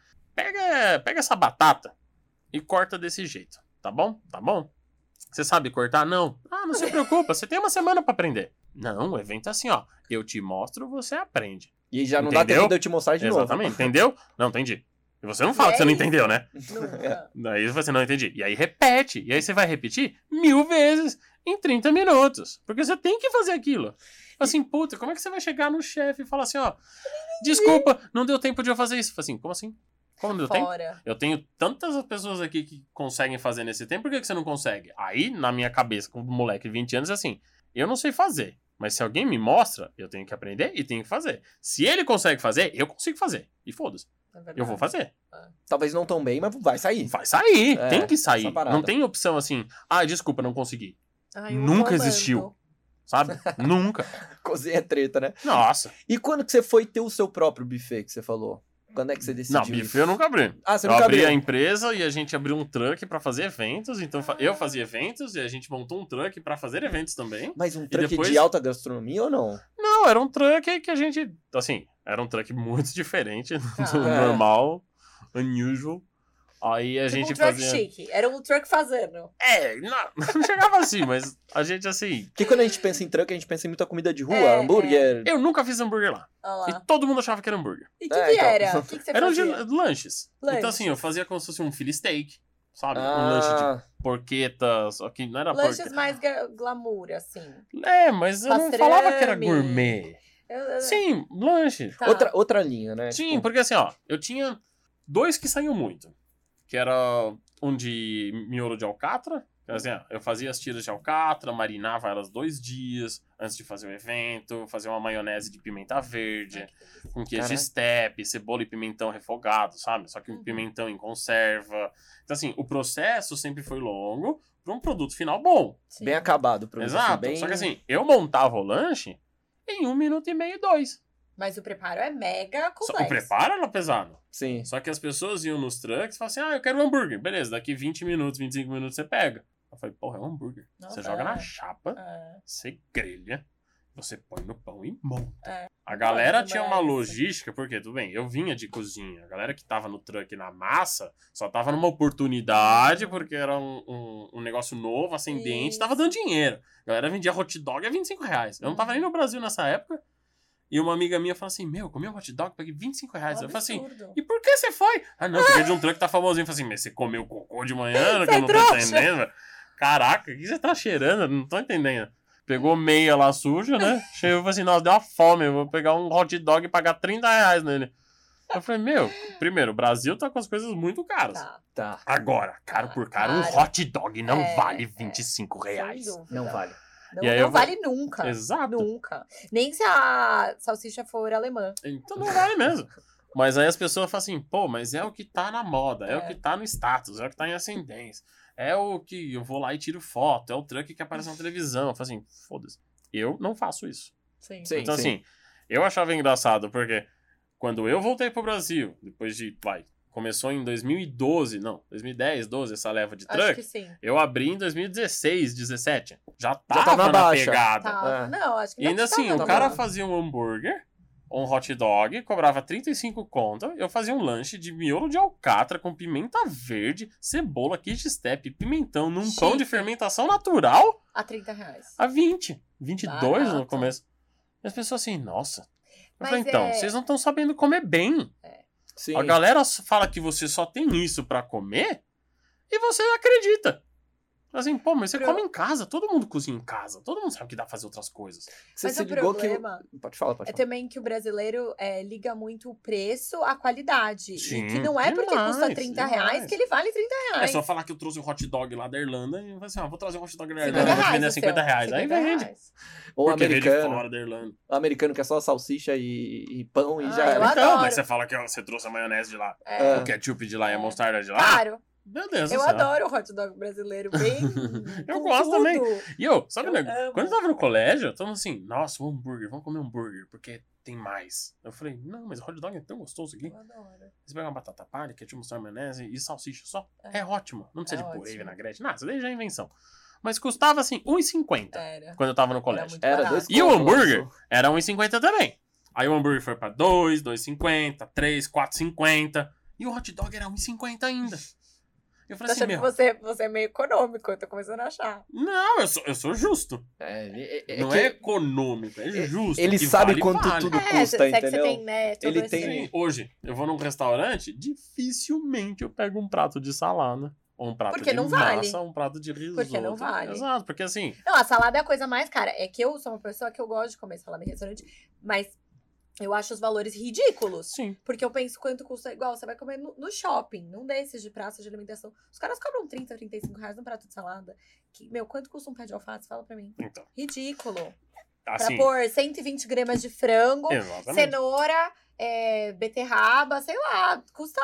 Pega essa batata e corta desse jeito. Tá bom? Tá bom? Você sabe cortar? Não. Não se preocupa. Você tem uma semana pra aprender. Não, o evento é assim, eu te mostro, você aprende. E já não dá tempo de eu te mostrar de novo. Exatamente. Entendeu? Não, entendi. E você não fala que você não entendeu, né? Nunca. Daí você não entendi. E aí repete. E aí você vai repetir 1000 vezes em 30 minutos. Porque você tem que fazer aquilo. Assim, puta, como é que você vai chegar no chefe e falar assim, desculpa, não deu tempo de eu fazer isso? Assim, como assim? Como não deu tempo? Eu tenho tantas pessoas aqui que conseguem fazer nesse tempo, por que você não consegue? Aí, na minha cabeça, como moleque de 20 anos, é assim, eu não sei fazer. Mas se alguém me mostra, eu tenho que aprender e tenho que fazer. Se ele consegue fazer, eu consigo fazer. E foda-se. Eu vou fazer. Talvez não tão bem, mas vai sair. Vai sair. Tem que sair. Não tem opção assim, desculpa, não consegui. Nunca existiu. Sabe? Nunca. Cozinha é treta, né? Nossa. E quando que você foi ter o seu próprio buffet, que você falou? Quando é que você decidiu? Não, buffet eu nunca abri. Você nunca abriu? Eu abri a empresa e a gente abriu um truck pra fazer eventos. Então eu fazia eventos e a gente montou um truck pra fazer eventos também. Mas um truck de alta gastronomia ou não? Não, era um truck que a gente... Assim, era um truck muito diferente do normal, unusual. Aí a Tipo gente um truck fazia... chique. Era um truck fazendo. Não chegava assim, mas a gente assim... Porque quando a gente pensa em truck, a gente pensa em muita comida de rua, hambúrguer. Eu nunca fiz hambúrguer lá. Olha lá. E todo mundo achava que era hambúrguer. E o que então. era? O que você Eram de fazia? lanches. Então Lanches. assim, eu fazia como se fosse um Philly steak, sabe? Um lanche de porqueta, só que não era Lanches porqueta. mais glamour, assim. Mas eu não Pastrame. falava que era gourmet. Sim, lanche. Tá. Outra linha, né? Sim, Tipo, porque assim, ó, eu tinha 2 que saíam muito. Que era um de miolo de alcatra. Assim, ó, eu fazia as tiras de alcatra, marinava elas 2 dias antes de fazer o evento, fazia uma maionese de pimenta verde, com queijo Caraca. steppe, cebola e pimentão refogado, sabe? Só que um pimentão em conserva. Então, assim, o processo sempre foi longo para um produto final bom. Sim. bem acabado. Produto, Exato. assim, bem... Só que assim, eu montava o lanche em 1 minuto e meio, 2. Mas o preparo é mega O complexo. preparo era pesado. Sim. Só que as pessoas iam nos trucks e falavam assim, eu quero um hambúrguer. Beleza, daqui 20 minutos, 25 minutos você pega. Eu falei, porra, é um hambúrguer. Nossa, Você joga na chapa, você grelha, você põe no pão e monta. A galera Nossa, tinha uma mas- logística, porque, tudo bem, eu vinha de cozinha. A galera que tava no truck na massa só tava numa oportunidade, porque era um negócio novo, ascendente, Isso. tava dando dinheiro. A galera vendia hot dog a R$25. Eu não tava nem no Brasil nessa época. E uma amiga minha falou assim, comi um hot dog, paguei R$25. Eu falei assim, Absurdo. e por que você foi? Ah, não, porque de um truck tá famosinho. Eu falei assim, mas você comeu cocô de manhã, que Você eu não tô trouxa. entendendo? Caraca, o que você tá cheirando? Eu não tô entendendo. Pegou meia lá suja, né? Chegou e falou assim, nossa, deu uma fome, eu vou pegar um hot dog e pagar R$30 nele. Eu falei, primeiro, o Brasil tá com as coisas muito caras. Tá. Tá. Agora, caro por caro, um Caro. hot dog não vale Sem R$25. dúvida. Não vale. Não, E aí não eu vou- vale nunca. Exato. Nunca. Nem se a salsicha for alemã. Então não vale mesmo. Mas aí as pessoas falam assim, mas é o que tá na moda, é o que tá no status, é o que tá em ascendência. É o que eu vou lá e tiro foto, é o truck que aparece na televisão. Eu falo assim, foda-se. Eu não faço isso. Sim. Sim. Então assim, eu achava engraçado, porque quando eu voltei pro Brasil, depois de, começou em 2010, 12, essa leva de Acho que truck. sim. Eu abri em 2016, 17. Já tava tava na baixa. pegada. Tá. É. Não, acho que E ainda assim, tava, o não. cara fazia um hambúrguer, um hot dog, cobrava 35 conto. Eu fazia um lanche de miolo de alcatra com pimenta verde, cebola, queijo steppe, pimentão num Chique. pão de fermentação natural A R$30. a 20. 22 no Barato. começo. E as pessoas assim, nossa. Eu Mas falei, então, é- vocês não estão sabendo comer bem. Sim. A galera fala que você só tem isso pra comer e você acredita. Assim, mas você come em casa, todo mundo cozinha em casa, todo mundo sabe que dá pra fazer outras coisas. Você Mas se o ligou problema que... Pode falar. é também que o brasileiro liga muito o preço à qualidade. Sim, E que não é porque demais, custa R$30 demais. que ele vale R$30. É só falar que eu trouxe um hot dog lá da Irlanda e falar assim, vou trazer um hot dog da R$50 Irlanda, vou te vender a o seu. R$50. Aí vende. R$50. Ou Porque veio de americano. fora da Irlanda. O americano que é só salsicha e pão e já eu era. adoro. Então, mas você fala que você trouxe a maionese de lá, É. o ketchup de lá e a mostarda de lá. Claro. Meu Deus do Eu céu. adoro o hot dog brasileiro, bem. Eu com gosto tudo. também. E sabe Eu o negócio? amo. Quando eu tava no colégio, eu tava assim, nossa, um hambúrguer, vamos comer um hambúrguer, porque tem mais. Eu falei, não, mas hot dog é tão gostoso aqui. Eu adoro. Você pega uma batata palha, ketchup, mostarda, maionese e salsicha só. É ótimo. Não precisa É de purê, ótimo. vinagrete, nada. Isso daí já é invenção. Mas custava, assim, R$1,50 Era. quando eu tava no Era colégio. muito Era barato. 2 E o conto, hambúrguer nossa. era R$1,50 também. Aí o hambúrguer foi pra 2, R$2,50, 3, R$4,50. E o hot dog era R$1,50 ainda. Eu Tô falei assim, achando que você é meio econômico, eu tô começando a achar. não, eu sou justo. Não que é econômico, é justo. ele que sabe vale, quanto vale. tudo custa, se é que entendeu? você tem, né, todo Ele esse- tem- Sim, hoje, eu vou num restaurante, dificilmente eu pego um prato de salada. Ou um prato Porque de não vale. massa, um prato de risoto. Porque não vale. Exato, porque assim... Não, a salada é a coisa mais cara. É que eu sou uma pessoa que eu gosto de comer salada em restaurante, mas eu acho os valores ridículos. Sim. Porque eu penso quanto custa igual, você vai comer no shopping, num desses de praça de alimentação. Os caras cobram 30, R$35 num prato de salada. Quanto custa um pé de alface? Fala pra mim. Então, Ridículo. assim... Pra pôr 120 gramas de frango, Exatamente. cenoura, beterraba, sei lá, custa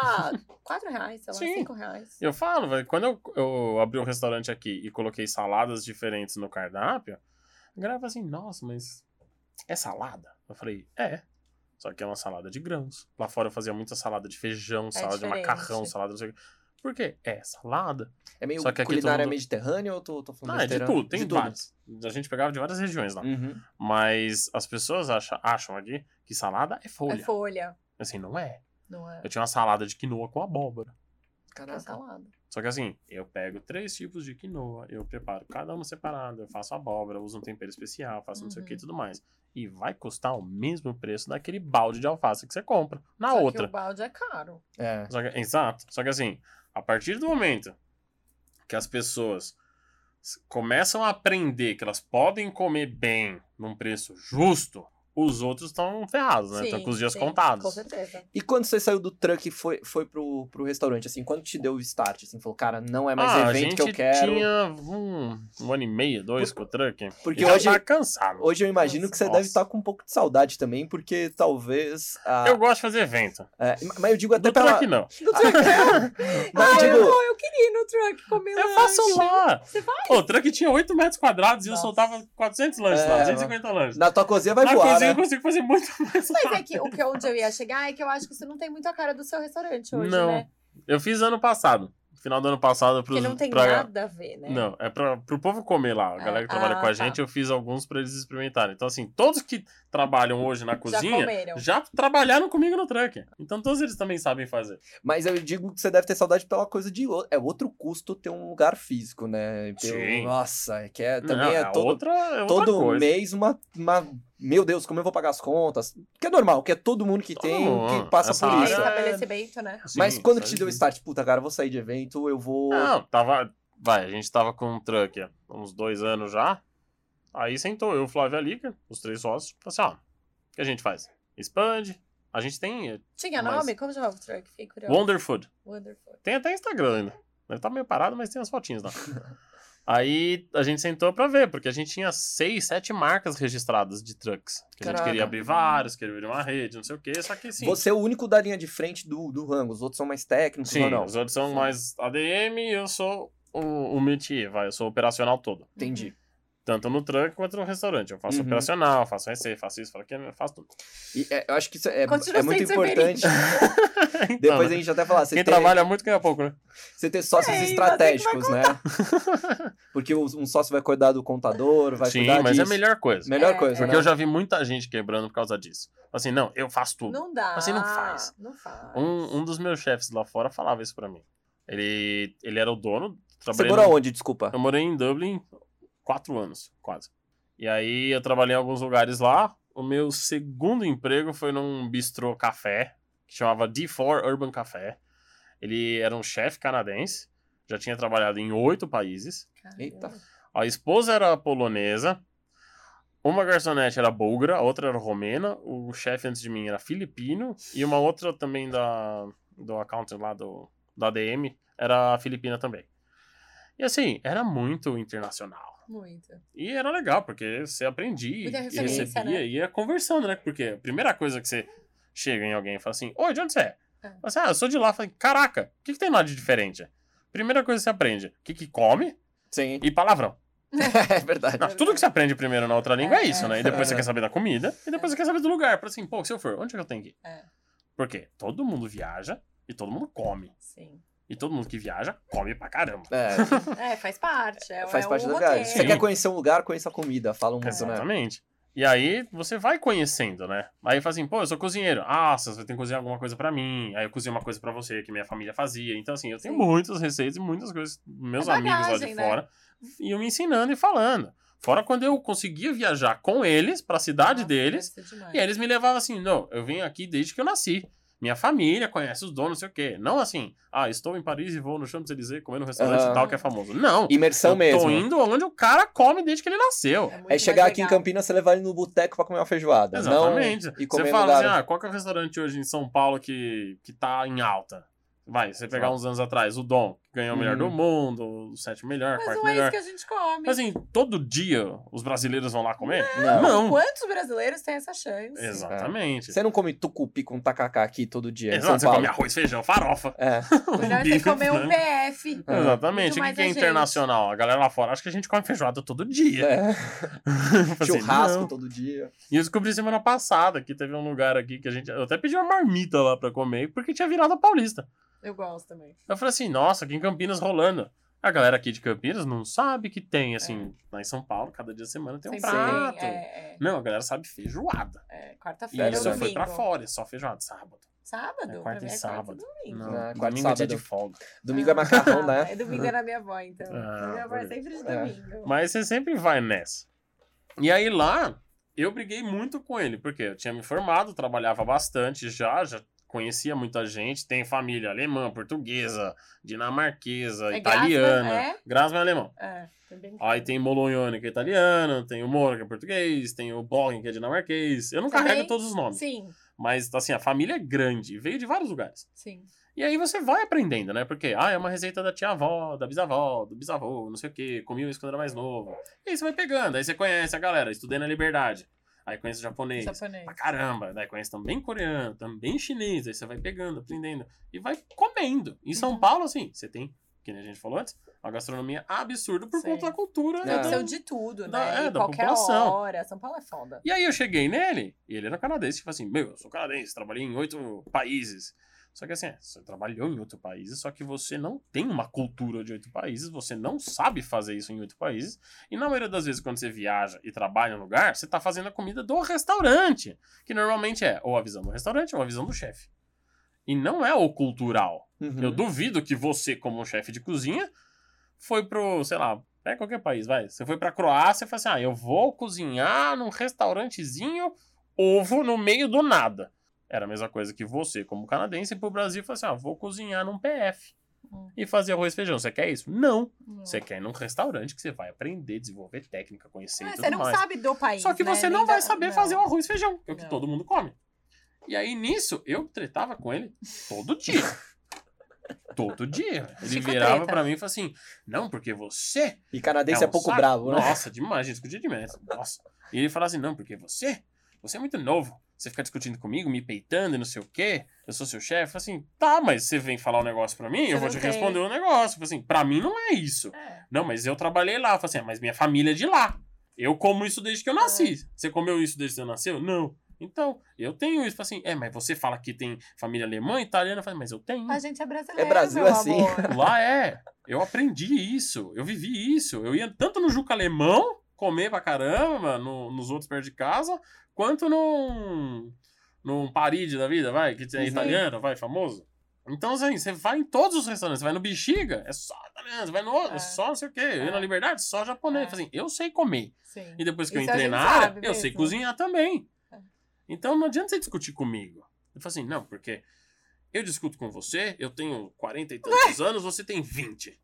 R$4, sei lá, Sim. R$5. Eu falo, velho, quando eu abri um restaurante aqui e coloquei saladas diferentes no cardápio, a galera fala assim, nossa, mas é salada? Eu falei, é. Só que é uma salada de grãos. Lá fora eu fazia muita salada de feijão, salada de diferente. macarrão, salada não sei o quê. Por quê? É salada. É meio Só que aqui culinária todo mundo- mediterrânea ou tô falando Não, é de besteira? tudo, tem De tudo. várias. A gente pegava de várias regiões lá. Uhum. Mas as pessoas acham aqui que salada é folha. É folha, Assim, não é. não é? Eu tinha uma salada de quinoa com abóbora. Cancelado. Só que assim, eu pego 3 tipos de quinoa, eu preparo cada uma separada, eu faço abóbora, uso um tempero especial, faço não sei o que e tudo mais. E vai custar o mesmo preço daquele balde de alface que você compra na Só outra. que o balde é caro. Exato. Só que assim, a partir do momento que as pessoas começam a aprender que elas podem comer bem num preço justo, os outros estão ferrados, né? Estão com os dias contados. Com certeza. E quando você saiu do truck e foi pro restaurante, assim, quando te deu o start, assim, falou, cara, não é mais evento que eu quero. A gente tinha um ano e meio, 2 com o truck. Porque hoje hoje tá cansado. Hoje eu imagino que você deve estar com um pouco de saudade também, porque talvez... Eu gosto de fazer evento. Mas eu digo até do truck não. Do truck não? Mas eu digo... eu queria ir no truck comer lanche. Eu faço lá. Você vai? O truck tinha 8 metros quadrados e eu soltava 400 lanches lá, 250 lanches. Na tua cozinha vai voar, cozinha né? eu consigo fazer muito mais. Mas é que onde eu ia chegar é que eu acho que isso não tem muito a cara do seu restaurante hoje, não. né? Eu fiz ano passado. Final do ano passado. Porque não tem nada a ver, né? Não, é pro povo comer lá. A galera que trabalha com a gente, eu fiz alguns pra eles experimentarem. Então, assim, todos que trabalham hoje na cozinha já trabalharam comigo no truck. Então, todos eles também sabem fazer. Mas eu digo que você deve ter saudade pela coisa de... É outro custo ter um lugar físico, né? Sim. Nossa, é que também não, é todo... outra todo coisa. mês uma... Meu Deus, como eu vou pagar as contas? Que é normal, que é todo mundo que tem que passa essa por isso. Estabelecimento, né? Sim, Mas quando que te deu o start? Puta, cara, eu vou sair de evento, eu vou... Não, a gente tava com um truck há uns 2 anos já. Aí sentou eu, o Flávio e a Lica, os 3 sócios. Falei assim, o que a gente faz? Expande. A gente tem... Tinha nome? Como chamava o truck? Fiquei curioso. Wonderfood. Wonderfood. Tem até Instagram ainda. Deve estar meio parado, mas tem as fotinhas lá. Aí a gente sentou pra ver, porque a gente tinha 6, 7 marcas registradas de trucks. Que a gente queria abrir vários, queria abrir uma rede, não sei o quê, só que sim. Você é o único da linha de frente do rango, os outros são mais técnicos Sim, ou não? os outros são mais ADM e eu sou o métier, eu sou o operacional todo. Entendi. Tanto no truck quanto no restaurante. Eu faço operacional, faço receita, faço isso, faço tudo. E eu acho que isso é Continua muito sem ser importante. Então, Depois a gente até falar. Quem trabalha muito ganha pouco, né? Você ter sócios estratégicos, né? Porque um sócio vai cuidar do contador, vai cuidar disso. Sim, mas é a melhor coisa. Melhor coisa, Porque né? eu já vi muita gente quebrando por causa disso. Assim, não, eu faço tudo. Não dá. Assim, não faz. Não faz. Um dos meus chefes lá fora falava isso pra mim. Ele era o dono. Você morou onde, desculpa? Eu morei em Dublin 4 anos, quase. E aí eu trabalhei em alguns lugares lá. O meu segundo emprego foi num bistrô café, que chamava D4 Urban Café. Ele era um chefe canadense, já tinha trabalhado em 8 países. Caramba. Eita. A esposa era polonesa, uma garçonete era búlgara, a outra era romena, o chefe antes de mim era filipino, e uma outra também do accountant lá do ADM era filipina também. E assim, era muito internacional. Muito. E era legal, porque você aprendia Muita e referência, recebia né? e ia conversando, né? Porque a primeira coisa que você chega em alguém e fala assim, oi, de onde você é? Fala assim, eu sou de lá. Fala, caraca, o que tem lá de diferente? Primeira coisa que você aprende, o que come Sim. e palavrão. É verdade. Não, tudo que você aprende primeiro na outra língua é isso, né? E depois você quer saber da comida, e depois você quer saber do lugar. Fala assim, pô, se eu for, onde é que eu tenho que ir? Porque todo mundo viaja e todo mundo come. Sim. E todo mundo que viaja, come pra caramba. Faz parte. Faz parte um da viagem. roteiro. Você quer conhecer um lugar, conheça a comida. Falam muito, né? Exatamente. E aí, você vai conhecendo, né? Aí fala assim, pô, eu sou cozinheiro. Ah, você vai ter que cozinhar alguma coisa pra mim. Aí eu cozinho uma coisa pra você, que minha família fazia. Então, assim, eu tenho muitas receitas e muitas coisas meus amigos lá de fora iam me ensinando e falando. Fora quando eu conseguia viajar com eles pra cidade deles. E aí eles me levavam assim, não, eu venho aqui desde que eu nasci. Minha família conhece os donos, não sei o quê. Não assim, estou em Paris e vou no Champs-Élysées comer no restaurante tal que é famoso. Não. Imersão mesmo. Tô indo onde o cara come desde que ele nasceu. É chegar aqui em Campinas, você levar ele no boteco pra comer uma feijoada. Exatamente. Não, e comer você fala lugar... assim, qual que é o restaurante hoje em São Paulo que tá em alta? Vai, você pegar uns anos atrás, o Dom, que ganhou o melhor do mundo, o 7º melhor, Mas 4º não é melhor. isso que a gente come. Mas assim, todo dia os brasileiros vão lá comer? Não. Quantos brasileiros têm essa chance? Exatamente. Você não come tucupi com tacacá aqui todo dia. Exato, você come arroz, feijão, farofa. Melhor você comer um PF. Exatamente. O que é internacional? A galera lá fora acha que a gente come feijoada todo dia. Churrasco todo dia. E eu descobri semana passada que teve um lugar aqui que eu até pedi uma marmita lá pra comer, porque tinha virado a Paulista. Eu gosto também. Eu falei assim, nossa, aqui em Campinas rolando. A galera aqui de Campinas não sabe que tem, assim, lá em São Paulo, cada dia da semana tem um prato. Não, a galera sabe feijoada. Quarta-feira, isso foi pra fora, só feijoada, sábado. Sábado? Quarta Pra e mim sábado. Domingo. Não, quarta e domingo é dia sábado. de folga. Domingo é macarrão, né? É domingo é na minha avó, então. Minha avó é beleza. sempre de domingo. Mas você sempre vai nessa. E aí lá, eu briguei muito com ele, porque eu tinha me formado, trabalhava bastante já conhecia muita gente, tem família alemã, portuguesa, dinamarquesa, italiana. Grassmann é alemão. Também. Aí tem Molognone, que é italiano, tem o Moro, que é português, tem o Borgen, que é dinamarquês. Eu não carrego todos os nomes. Sim. Mas, assim, a família é grande, veio de vários lugares. Sim. E aí você vai aprendendo, né? Porque, é uma receita da tia-avó, da bisavó, do bisavô, não sei o quê, comia isso quando era mais novo. E aí você vai pegando, aí você conhece a galera, estudei na Liberdade. Aí conhece japonês. Pra caramba. Daí conhece também coreano, também chinês. Aí você vai pegando, aprendendo. E vai comendo. Em São Paulo, assim, você tem, que nem a gente falou antes, uma gastronomia absurda por conta da cultura. Tem de tudo, né? Da qualquer população. hora. São Paulo é foda. E aí eu cheguei nele, e ele era canadense. Tipo assim, eu sou canadense, trabalhei em 8 países. Só que assim, você trabalhou em 8 países, só que você não tem uma cultura de 8 países, você não sabe fazer isso em 8 países, e na maioria das vezes quando você viaja e trabalha em um lugar, você tá fazendo a comida do restaurante, que normalmente é ou a visão do restaurante ou a visão do chefe. E não é o cultural. Eu duvido que você, como chefe de cozinha, foi pro, sei lá, qualquer país, vai. Você foi pra Croácia e falou assim, eu vou cozinhar num restaurantezinho, ovo no meio do nada. Era a mesma coisa que você, como canadense, pro Brasil, falou assim, vou cozinhar num PF e fazer arroz e feijão. Você quer isso? Não. Você quer ir num restaurante que você vai aprender, desenvolver técnica, conhecer e tudo mais. Você não sabe do país, só que você não vai saber fazer o arroz e feijão, que é o que Não. todo mundo come. E aí, nisso, eu tretava com ele todo dia. Todo dia. Ele virava pra mim e falava assim, não, porque você... E canadense é pouco bravo, né? Nossa, demais, a gente discutia demais. Nossa. E ele falava assim, não, porque você é muito novo. Você fica discutindo comigo, me peitando e não sei o quê. Eu sou seu chefe. Eu falei assim, tá, mas você vem falar um negócio pra mim, eu vou te responder um negócio. Eu falei assim, pra mim não é isso. Não, mas eu trabalhei lá. Eu falei assim, mas minha família é de lá. Eu como isso desde que eu nasci. Você comeu isso desde que você nasceu? Não. Então, eu tenho isso. Eu falei assim, mas você fala que tem família alemã, italiana. Eu falei, mas eu tenho. A gente é brasileiro, É Brasil assim. Lá é. Eu aprendi isso. Eu vivi isso. Eu ia tanto no Juca Alemão, comer pra caramba, nos outros perto de casa, quanto num Paride da vida, vai, que é italiano, vai, famoso. Então, assim, você vai em todos os restaurantes, você vai no Bexiga, é só italiano, você vai no outro, é só não sei o quê, eu ia na Liberdade, só japonês. Assim, eu sei comer. Sim. E depois que eu entrei na área, eu sei cozinhar também. Então, não adianta você discutir comigo. Eu falo assim, não, porque eu discuto com você, eu tenho 40 e tantos anos, você tem 20.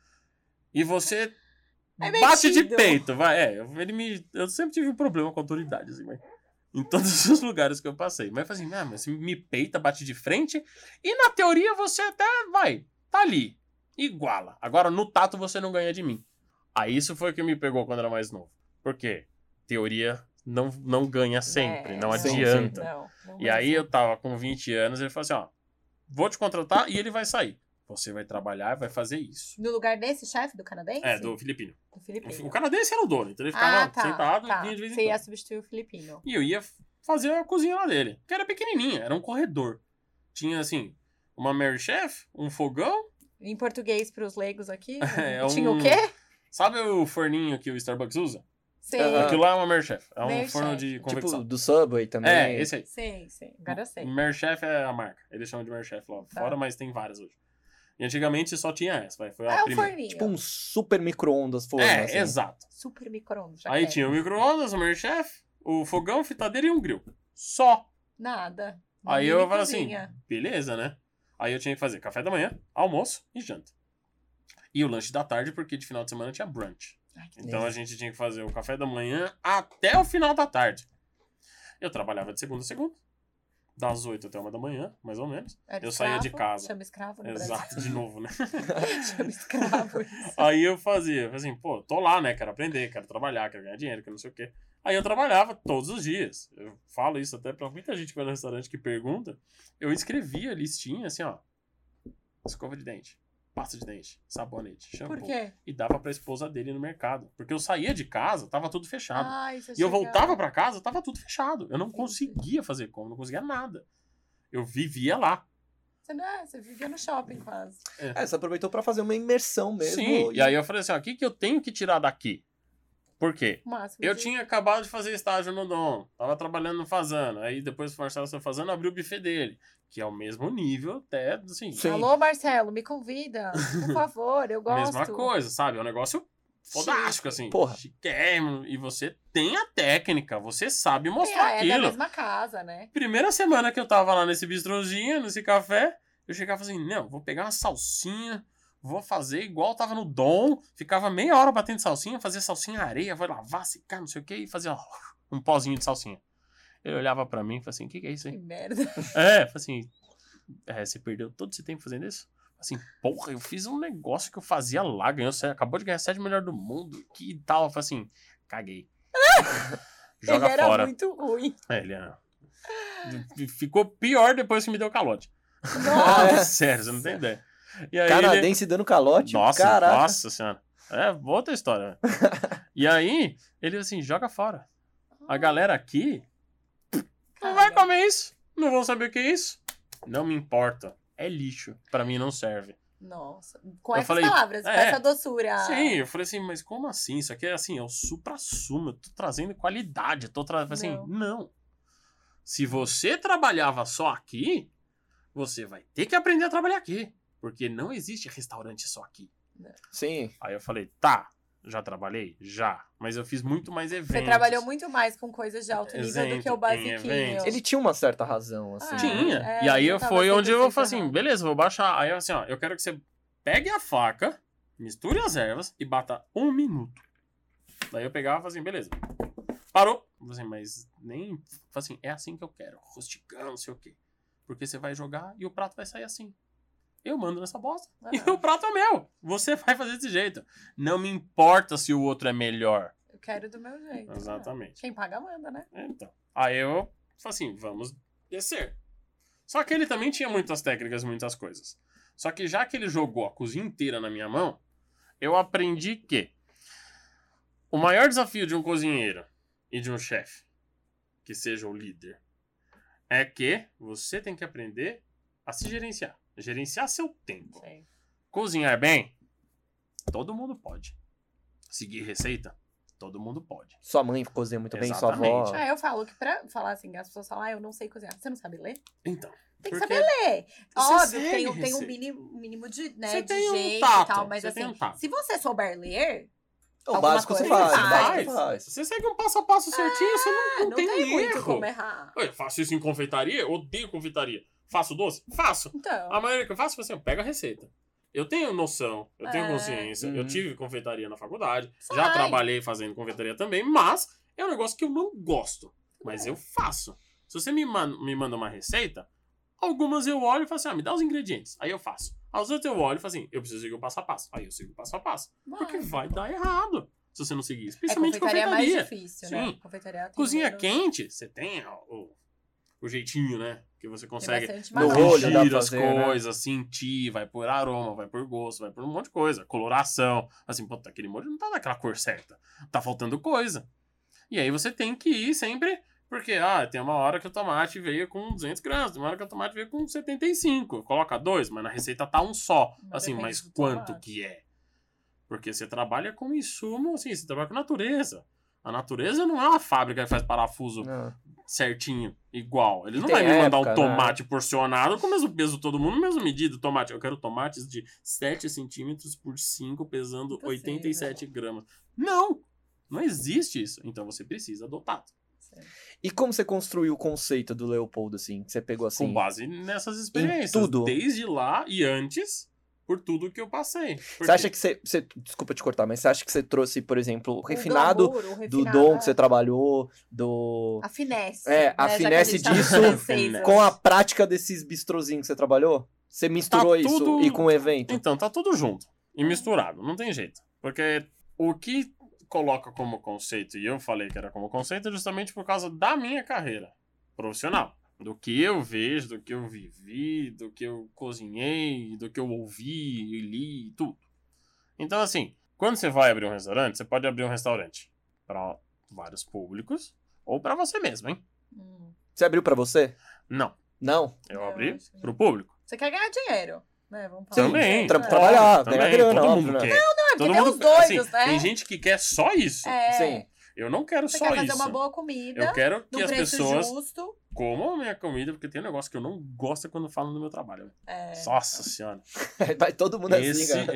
E você bate de peito, vai. Eu sempre tive um problema com a autoridade, assim, mas em todos os lugares que eu passei. Mas eu falei assim, mas você me peita, bate de frente, e na teoria você até tá ali, iguala. Agora, no tato, você não ganha de mim. Aí isso foi o que me pegou quando era mais novo. Por quê? Teoria não ganha sempre, não adianta. Não e aí eu tava com 20 anos, ele falou assim, vou te contratar e ele vai sair. Você vai trabalhar e vai fazer isso. No lugar desse chefe do canadense? Do filipino. O canadense era o dono, então ele ficava sentado e vinha de vez em quando. Você ia substituir o filipino. E eu ia fazer a cozinha lá dele, que era pequenininha, era um corredor. Tinha, assim, uma Mary Chef, um fogão. Em português pros leigos aqui, tinha o quê? Sabe o forninho que o Starbucks usa? Sim. Aquilo lá é uma Mary Chef. É Mary um forno Chef. de convecção. Tipo, do Subway também. Esse aí. Sim. Agora eu sei. Mary Chef é a marca. Eles chamam de Mary Chef lá fora, mas tem várias hoje. E antigamente só tinha essa. Foi a primeira. Forninho. Tipo um super micro-ondas forno. assim. Exato. Super micro-ondas. Aí tinha o micro-ondas, o Mary Chef, o fogão, fritadeira e um grill. Só. Nada. Aí eu falei assim, beleza, né? Aí eu tinha que fazer café da manhã, almoço e janta. E o lanche da tarde, porque de final de semana tinha brunch. Então a gente tinha que fazer o café da manhã até o final da tarde. Eu trabalhava de segunda a segunda, das 8 até 1 da manhã, mais ou menos. Eu saía de casa. Chama escravo no Exato, Brasil. de novo, né? Chama escravo isso. Aí eu fazia, assim, tô lá, né? Quero aprender, quero trabalhar, quero ganhar dinheiro, quero não sei o quê. Aí eu trabalhava todos os dias. Eu falo isso até pra muita gente que vai no restaurante que pergunta. Eu escrevia a listinha, assim, escova de dente, pasta de dente, sabonete, shampoo. Por quê? E dava pra esposa dele no mercado. Porque eu saía de casa, tava tudo fechado. Isso é E eu voltava pra casa, tava tudo fechado. Eu não conseguia fazer como, não conseguia nada. Eu vivia lá. Você vivia no shopping quase. Você aproveitou pra fazer uma imersão mesmo. Sim, e aí eu falei assim, o que eu tenho que tirar daqui? Por quê? Máximo Eu tinha acabado de fazer estágio no Dom, tava trabalhando no Fazano, aí depois o Marcelo foi Fazano, abriu o buffet dele, que é o mesmo nível até, assim... Sim. Alô, Marcelo, me convida, por favor, eu gosto. Mesma coisa, sabe? É um negócio fodástico, assim. Porra. Chiquérrimo, e você tem a técnica, você sabe mostrar É aquilo. da mesma casa, né? Primeira semana que eu tava lá nesse bistrozinho, nesse café, eu chegava assim, não, vou pegar uma salsinha, vou fazer igual tava no Dom, ficava meia hora batendo salsinha, fazia salsinha areia, vou lavar, secar, não sei o que, e fazia um pozinho de salsinha. Ele olhava pra mim e falava assim, o que é isso aí? Que merda. Falei assim, você perdeu todo esse tempo fazendo isso? Assim, porra, eu fiz um negócio que eu fazia lá, acabou de ganhar 7 melhor do mundo, que tal? Eu falei assim, caguei. Joga Ele era fora. muito ruim. Ele era... Ficou pior depois que me deu calote. Nossa. Sério, você não tem ideia. E aí Canadense dando calote, caraca. Nossa senhora. É outra história. E aí, ele assim, joga fora. A galera aqui não vai comer isso. Não vão saber o que é isso. Não me importa. É lixo. Pra mim não serve. Nossa. Com Eu essas falei, palavras, com essa doçura. Sim, eu falei assim, mas como assim? Isso aqui é assim, é o supra-sumo. Eu tô trazendo qualidade. Eu tô trazendo assim, não. Se você trabalhava só aqui, você vai ter que aprender a trabalhar aqui. Porque não existe restaurante só aqui. Sim. Aí eu falei, tá, já trabalhei? Já. Mas eu fiz muito mais eventos. Você trabalhou muito mais com coisas de alto nível do que o basiquinho. Ele tinha uma certa razão, assim. Tinha. E aí foi onde eu falei assim, beleza, vou baixar. Aí eu assim, ó, eu quero que você pegue a faca, misture as ervas e bata 1 minuto. Daí eu pegava e falei assim, beleza. Parou. Eu falei assim, mas nem... Falei assim, é assim que eu quero. Rusticando, não sei o quê. Porque você vai jogar e o prato vai sair assim. Eu mando nessa bosta. E o prato é meu. Você vai fazer desse jeito. Não me importa se o outro é melhor. Eu quero do meu jeito. Exatamente. Quem paga manda, né? Então. Aí eu falei assim, vamos descer. Só que ele também tinha muitas técnicas, muitas coisas. Só que já que ele jogou a cozinha inteira na minha mão, eu aprendi que o maior desafio de um cozinheiro e de um chefe, que seja o líder, é que você tem que aprender a se gerenciar. Gerenciar seu tempo. Sim. Cozinhar bem, todo mundo pode. Seguir receita, todo mundo pode. Sua mãe cozinha muito bem, sua avó. Eu falo que pra falar assim, as pessoas falam, eu não sei cozinhar. Você não sabe ler? Então. Tem que saber ler. Óbvio, tem um receita. mínimo de, né, Você de tem um jeito tato, e tal, mas você tem assim, um tato. se você souber ler, O alguma básico você coisa faz, você o básico você faz. Você segue um passo a passo certinho, você não tem erro. muito como errar. Eu faço isso em confeitaria, eu odeio confeitaria. Faço doce? Faço. Então. A maioria que eu faço, assim, eu pego a receita. Eu tenho noção, eu tenho consciência, eu tive confeitaria na faculdade, já trabalhei fazendo confeitaria também, mas é um negócio que eu não gosto. Mas eu faço. Se você me manda uma receita, algumas eu olho e falo assim, me dá os ingredientes. Aí eu faço. As outras eu olho e falo assim, eu preciso seguir o passo a passo. Aí eu sigo o passo a passo. Porque vai dar errado se você não seguir. Especialmente confeitaria. Confeitaria é mais difícil, Sim. né? Confeitaria Cozinha quente, você tem o jeitinho, né? Que você consegue no olho dá pra as fazer, coisas, sentir, vai por aroma, vai por gosto, vai por um monte de coisa. Coloração. Assim, pô, aquele molho não tá daquela cor certa. Tá faltando coisa. E aí você tem que ir sempre... Porque, tem uma hora que o tomate veio com 200 gramas, tem uma hora que o tomate veio com 75. Coloca 2, mas na receita tá um só. Assim, mas quanto que é? Porque você trabalha com insumo, assim, você trabalha com natureza. A natureza não é uma fábrica que faz parafuso certinho, igual. Eles não vão me mandar um tomate porcionado com o mesmo peso todo mundo, mesma medida. Tomate. Eu quero tomates de 7 centímetros por 5, pesando 87 gramas. Não existe isso. Então você precisa adotar. E como você construiu o conceito do Leopoldo, assim? Que você pegou assim? Com base nessas experiências. Tudo. Desde lá e antes, por tudo que eu passei. Você acha que você... Desculpa te cortar, mas você acha que você trouxe, por exemplo, o refinado do Dom que você trabalhou, do... A finesse. A finesse disso com a prática desses bistrozinhos que você trabalhou? Você misturou isso e com o evento? Então, tá tudo junto e misturado. Não tem jeito. Porque o que coloca como conceito, e eu falei que era como conceito, justamente por causa da minha carreira profissional. Do que eu vejo, do que eu vivi, do que eu cozinhei, do que eu ouvi e li, tudo. Então, assim, quando você vai abrir um restaurante, você pode abrir um restaurante para vários públicos ou para você mesmo, hein? Você abriu para você? Não. Não? Eu abri pro público. Você quer ganhar dinheiro, né? Vamos falar. Também. Trabalhar, ganhar grana, todo óbvio, mundo né? quer. Não, porque tem os doidos, né? Tem gente que quer só isso. Sim. Eu não quero Você só quer fazer isso. uma boa comida, Eu quero que num as preço pessoas justo. comam a minha comida, porque tem um negócio que eu não gosto quando falam do meu trabalho. É. Nossa senhora. Vai todo mundo assim, cara.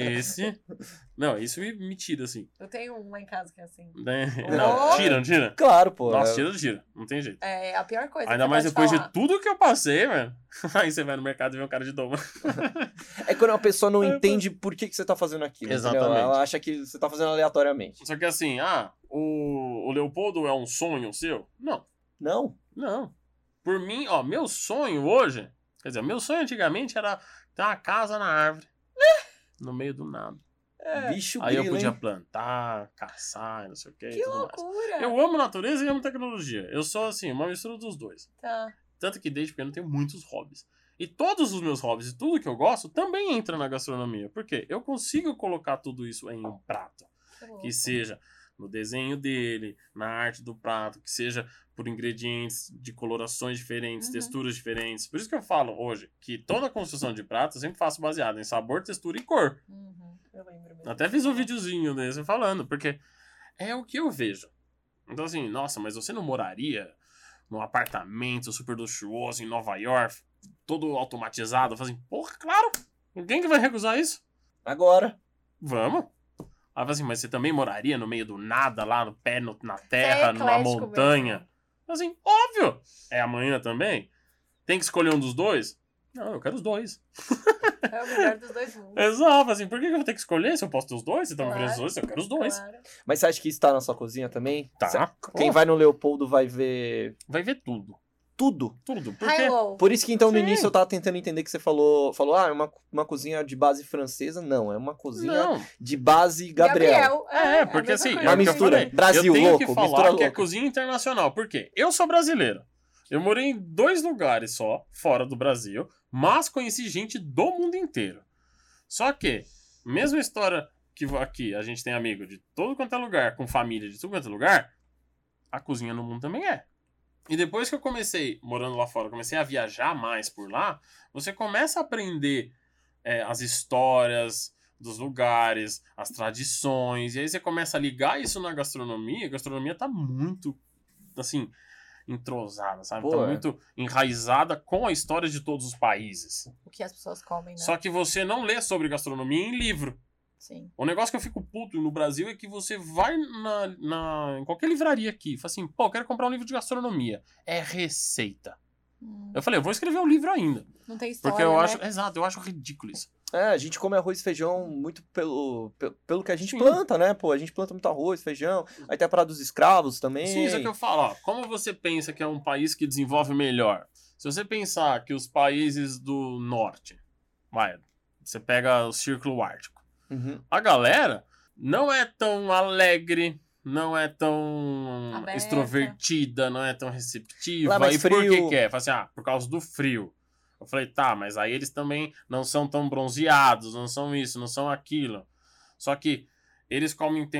Não, isso me tira, assim. Eu tenho um lá em casa que é assim. Né? Não, tira. Claro, pô. Nossa, tira. Não tem jeito. É a pior coisa. Ainda que mais você depois pode de tudo que eu passei, velho. Aí você vai no mercado e vê um cara de doma. É quando uma pessoa não entende por que você tá fazendo aquilo. Exatamente. Entendeu? Ela acha que você tá fazendo aleatoriamente. Só que assim, o Leopoldo é um sonho seu? Não. Por mim, meu sonho hoje, quer dizer, meu sonho antigamente era ter uma casa na árvore. No meio do nada. Bicho Aí eu grilo, podia hein? plantar, caçar, não sei o que. Que loucura. Eu amo natureza e amo tecnologia. Eu sou, assim, uma mistura dos dois. Tá. Tanto que desde pequeno eu tenho muitos hobbies. E todos os meus hobbies e tudo que eu gosto também entra na gastronomia. Por quê? Eu consigo colocar tudo isso em um prato. Que seja no desenho dele, na arte do prato, que seja por ingredientes de colorações diferentes, texturas diferentes. Por isso que eu falo hoje que toda a construção de prato eu sempre faço baseada em sabor, textura e cor. Eu lembro mesmo. Até fiz um videozinho desse falando, porque é o que eu vejo. Então assim, nossa, mas você não moraria num apartamento super luxuoso em Nova York, todo automatizado? Eu falo assim, porra, claro! Quem que vai recusar isso? Agora. Vamos! Aí eu falo assim, mas você também moraria no meio do nada, lá no pé, na terra, numa eclético montanha? mesmo. Assim, óbvio! É amanhã também? Tem que escolher um dos dois? Não, eu quero os dois. É o melhor dos dois mundos. Exato, assim, por que eu vou ter que escolher se eu posso ter os dois? Você tá me Claro, oferecendo os dois? Eu quero os dois. Claro. Mas você acha que isso tá na sua cozinha também? Tá. Quem vai no Leopoldo vai ver Vai ver tudo. tudo. Tudo. Porque High-low. Por isso que então no Sim. início eu tava tentando entender que você falou é uma cozinha de base francesa. Não, é uma cozinha não. de base Gabriel. Porque a mesma assim, coisa. é o que eu mistura. falei. Brasil, eu tenho louco, que mistura falar que é louca. cozinha internacional. Por quê? Eu sou brasileiro. Eu morei em 2 lugares só, fora do Brasil, mas conheci gente do mundo inteiro. Só que, mesma história que aqui a gente tem amigo de todo quanto é lugar, com família de todo quanto é lugar, a cozinha no mundo também é. E depois que eu comecei, morando lá fora, comecei a viajar mais por lá, você começa a aprender as histórias dos lugares, as tradições, e aí você começa a ligar isso na gastronomia. A gastronomia tá muito, assim, entrosada, sabe? Pô, Tá muito enraizada com a história de todos os países. O que as pessoas comem, né? Só que você não lê sobre gastronomia em livro. Sim. O negócio que eu fico puto no Brasil é que você vai em qualquer livraria aqui e fala assim, pô, eu quero comprar um livro de gastronomia. É receita. Eu falei, eu vou escrever um livro ainda. Não tem história, Porque eu né? acho, exato, eu acho ridículo isso. A gente come arroz e feijão muito pelo que a gente Sim. planta, né? Pô, a gente planta muito arroz, feijão. Aí tem a parada dos escravos também. Sim, isso é que eu falo, ó, como você pensa que é um país que desenvolve melhor? Se você pensar que os países do norte, você pega o Círculo Ártico, Uhum. a galera não é tão alegre, não é tão Aberta. extrovertida, não é tão receptiva. Lá é mais E por frio. que é? Fala assim, por causa do frio. Eu falei, tá, mas aí eles também não são tão bronzeados, não são isso, não são aquilo. Só que eles tem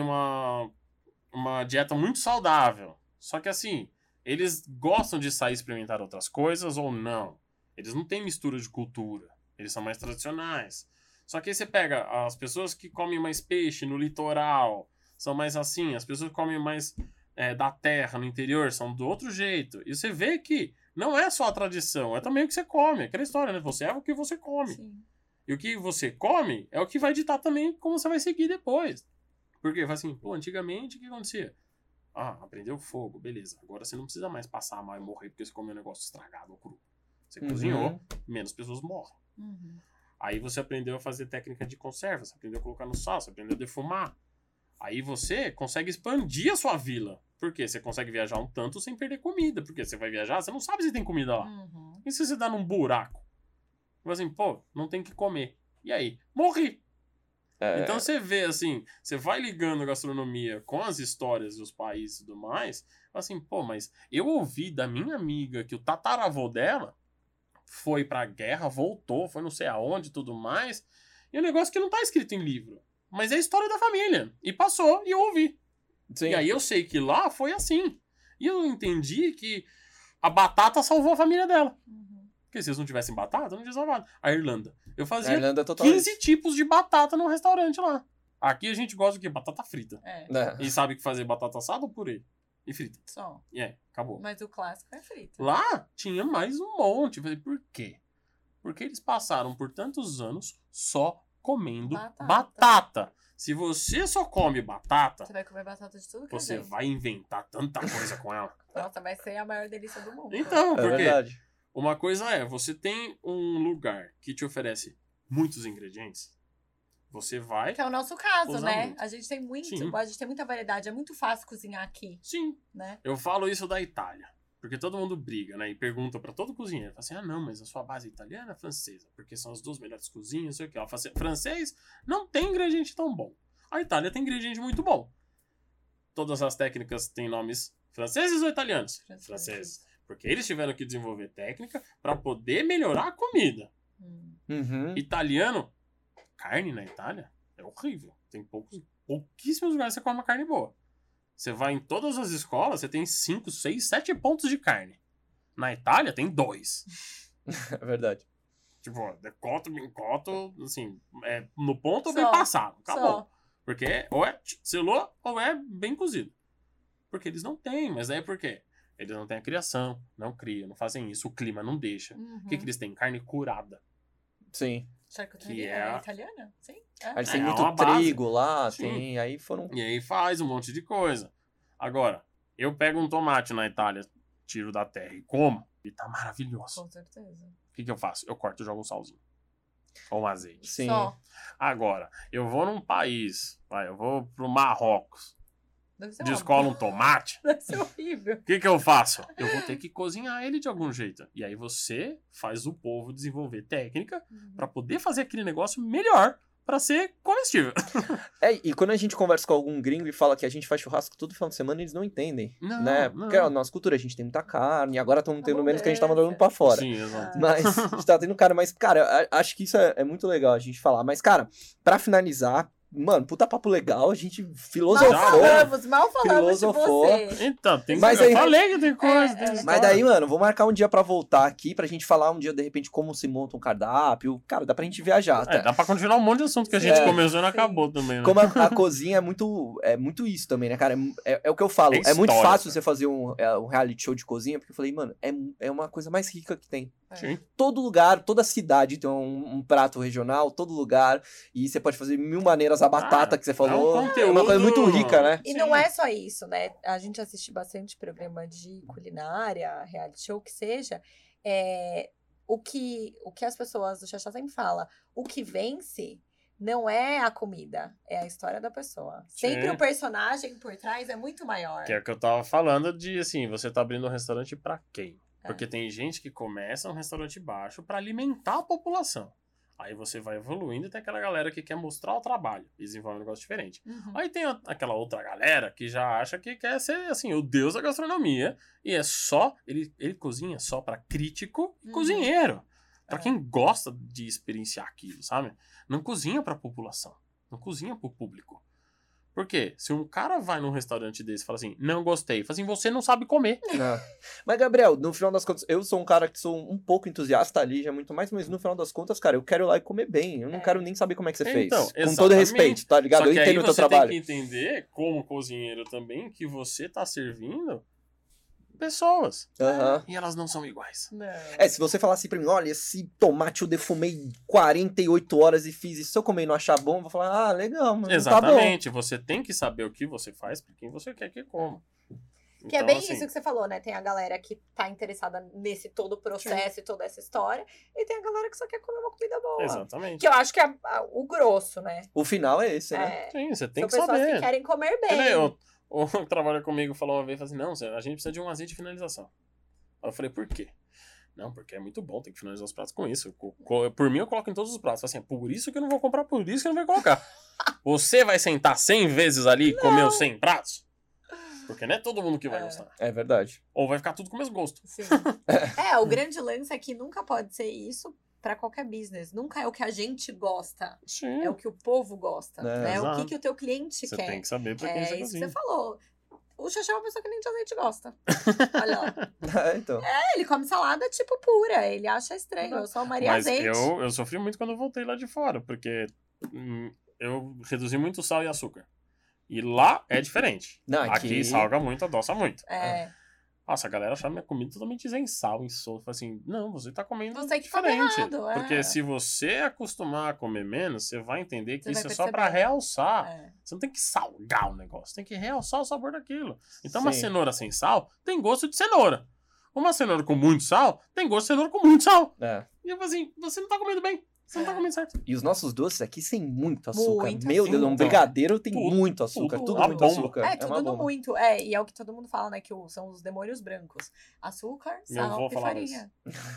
uma dieta muito saudável. Só que assim, eles gostam de sair experimentar outras coisas ou não. Eles não têm mistura de cultura. Eles são mais tradicionais. Só que aí você pega as pessoas que comem mais peixe no litoral, são mais assim. As pessoas que comem mais da terra, no interior, são do outro jeito. E você vê que não é só a tradição, é também o que você come. Aquela história, né? Você é o que você come. Sim. E o que você come é o que vai ditar também como você vai seguir depois. Porque, assim, pô, antigamente o que acontecia? Aprendeu fogo, beleza. Agora você não precisa mais passar mal e morrer porque você comeu um negócio estragado ou cru. Você cozinhou, menos pessoas morrem. Aí você aprendeu a fazer técnica de conserva, você aprendeu a colocar no sal, você aprendeu a defumar. Aí você consegue expandir a sua vila. Por quê? Você consegue viajar um tanto sem perder comida. Porque você vai viajar, você não sabe se tem comida lá. E se você dá num buraco? Assim, pô, não tem que comer. E aí? Morri. Então você vê, assim, você vai ligando a gastronomia com as histórias dos países e tudo mais, assim, pô, mas eu ouvi da minha amiga que o tataravô dela foi pra guerra, voltou, foi não sei aonde e tudo mais, e um negócio que não tá escrito em livro, mas é a história da família, e passou, e eu ouvi. Sim. E aí eu sei que lá foi assim, e eu entendi que a batata salvou a família dela. Porque se eles não tivessem batata, não tinha salvado. A Irlanda. Eu fazia A Irlanda é total 15 tipos de batata num restaurante lá. Aqui a gente gosta do quê? Batata frita. É, E sabe que fazer batata assada ou purê? E frita. só. Acabou. Mas o clássico é frito. Lá tinha mais um monte. Eu falei, por quê? Porque eles passaram por tantos anos só comendo batata. Se você só come batata, Você vai comer batata de tudo que você vai inventar tanta coisa com ela. Nossa, vai ser a maior delícia do mundo. Então, É porque verdade. uma coisa é, você tem um lugar que te oferece muitos ingredientes, você vai... Que é o nosso caso, Usar né? muito. A gente tem Sim. a gente tem muita variedade. É muito fácil cozinhar aqui, Sim, né? eu falo isso da Itália. Porque todo mundo briga, né? E pergunta pra todo cozinheiro. Fala assim, não, mas a sua base é italiana ou francesa? Porque são as duas melhores cozinhas, não sei o que. Ela fala assim, francês não tem ingrediente tão bom. A Itália tem ingrediente muito bom. Todas as técnicas têm nomes franceses ou italianos? Franceses. Porque eles tiveram que desenvolver técnica pra poder melhorar a comida. Uhum. Italiano, carne na Itália é horrível. Tem pouquíssimos lugares que você come uma carne boa. Você vai em todas as escolas, você tem 5, 6, 7 pontos de carne. Na Itália tem 2. É verdade. Tipo, decoto, bincoto, assim, no ponto ou Só. bem passado. Acabou. Só. Porque ou é selou ou é bem cozido. Porque eles não têm, mas aí por quê? Eles não têm a criação, não criam, não fazem isso, o clima não deixa. O que eles têm? Carne curada. Sim. Charcutaria Que é italiana? Sim. Aí eles têm É muito uma base. trigo lá, Sim. tem. Aí foram. E aí faz um monte de coisa. Agora, eu pego um tomate na Itália, tiro da terra e como, e tá maravilhoso. Com certeza. O que eu faço? Eu corto e jogo um salzinho. Ou um azeite. Sim. Só. Agora, eu vou num país, eu vou pro Marrocos, Deve ser descolo um tomate, Deve ser horrível. o que eu faço? Eu vou ter que cozinhar ele de algum jeito. E aí você faz o povo desenvolver técnica pra poder fazer aquele negócio melhor pra ser comestível. E quando a gente conversa com algum gringo e fala que a gente faz churrasco todo final de semana, eles não entendem. Não, Né? não. Porque a nossa cultura, a gente tem muita carne, agora estamos tendo menos que a gente tá Abundância. mandando pra fora. Sim, exato. Mas a gente tá tendo cara, mas, cara, acho que isso é muito legal a gente falar. Mas, cara, pra finalizar, mano, puta papo legal, a gente filosofou. Mal falamos Filosofou. de você. Então, Mas eu aí- falei que tem coisa. tem Mas história. daí, mano, vou marcar um dia pra voltar aqui, pra gente falar um dia, de repente, como se monta um cardápio. Cara, dá pra gente viajar, tá? Dá pra continuar um monte de assunto que a gente começou e não sim. acabou também, né? Como a cozinha é muito isso também, né, cara? É o que eu falo. É É muito história, fácil cara. você fazer um reality show de cozinha, porque eu falei, mano, é uma coisa mais rica que tem. Sim. Todo lugar, toda cidade tem um prato regional, todo lugar. E você pode fazer mil maneiras a batata que você falou. é um É conteúdo... uma coisa muito rica, né? E Sim. não é só isso, né? A gente assiste bastante programa de culinária, reality show, que seja. O que as pessoas do Xaxá sempre falam, o que vence não é a comida, é a história da pessoa. Sim. Sempre o personagem por trás é muito maior. Que é o que eu tava falando de, assim, você tá abrindo um restaurante pra quem? Porque tem gente que começa um restaurante baixo pra alimentar a população. Aí você vai evoluindo e tem aquela galera que quer mostrar o trabalho e desenvolve um negócio diferente. Aí tem aquela outra galera que já acha que quer ser, assim, o deus da gastronomia. E é só... Ele cozinha só pra crítico e cozinheiro. Pra quem gosta de experienciar aquilo, sabe? Não cozinha pra população. Não cozinha pro público. Por quê? Se um cara vai num restaurante desse e fala assim, não gostei, fala assim, você não sabe comer. Ah. Mas, Gabriel, no final das contas, eu sou um cara que sou um pouco entusiasta ali, já muito mais, mas no final das contas, cara, eu quero ir lá e comer bem. Eu não quero nem saber como é que você Então, fez. Com todo exatamente. respeito, tá ligado? Só Eu que aí entendo o teu você trabalho. tem que entender, como cozinheiro também, que você tá servindo pessoas. Aham. E elas não são iguais. Não. Se você falar assim pra mim, olha, esse tomate eu defumei 48 horas e fiz isso, se eu comer e não achar bom, eu vou falar, legal, mano, tá bom. Exatamente. Você tem que saber o que você faz pra quem você quer que coma. Que é Então, bem assim, isso que você falou, né? Tem a galera que tá interessada nesse todo o processo e toda essa história. E tem a galera que só quer comer uma comida boa. Exatamente. Que eu acho que é o grosso, né? O final é esse, né? Sim, você tem São que pessoas saber. que querem comer Que nem bem. O que trabalha comigo falou uma vez, falou assim, não, a gente precisa de um azeite de finalização. Aí eu falei, por quê? Não, porque é muito bom, tem que finalizar os pratos com isso. Por mim, eu coloco em todos os pratos. Assim, é por isso que eu não vou comprar, por isso que eu não vou colocar. Você vai sentar 100 vezes ali e comer os 100 pratos? Porque não é todo mundo que vai gostar. É verdade. Ou vai ficar tudo com o mesmo gosto. Sim. O grande lance é que nunca pode ser isso pra qualquer business. Nunca é o que a gente gosta. Sim. É o que o povo gosta. Né? O exato. que o teu cliente Você quer. tem que saber pra quem É você isso que cozinha. você falou. O Xaxá é uma pessoa que nem de azeite gosta. Olha lá. Então. Ele come salada tipo pura. Ele acha estranho. Eu sou a Maria Mas Azeite. eu sofri muito quando eu voltei lá de fora, porque eu reduzi muito sal e açúcar. E lá é diferente. Não, aqui salga muito, adoça muito. Nossa, a galera achava minha comida totalmente sem sal, em sal. Falei assim, não, você tá comendo você que diferente. Tá errado, Porque se você acostumar a comer menos, você vai entender que você isso é só pra realçar. É. Você não tem que salgar o negócio, tem que realçar o sabor daquilo. Então Sim. uma cenoura sem sal tem gosto de cenoura. Uma cenoura com muito sal tem gosto de cenoura com muito sal. E eu falei assim, você não tá comendo bem. Você não tá comendo certo. E os nossos doces aqui sem muito açúcar. Muito Meu Deus, um brigadeiro tem tudo, muito açúcar. Tudo uma muito bomba. açúcar. Tudo uma no bomba. muito. E é o que todo mundo fala, né? Que são os demônios brancos. Açúcar, sal e farinha.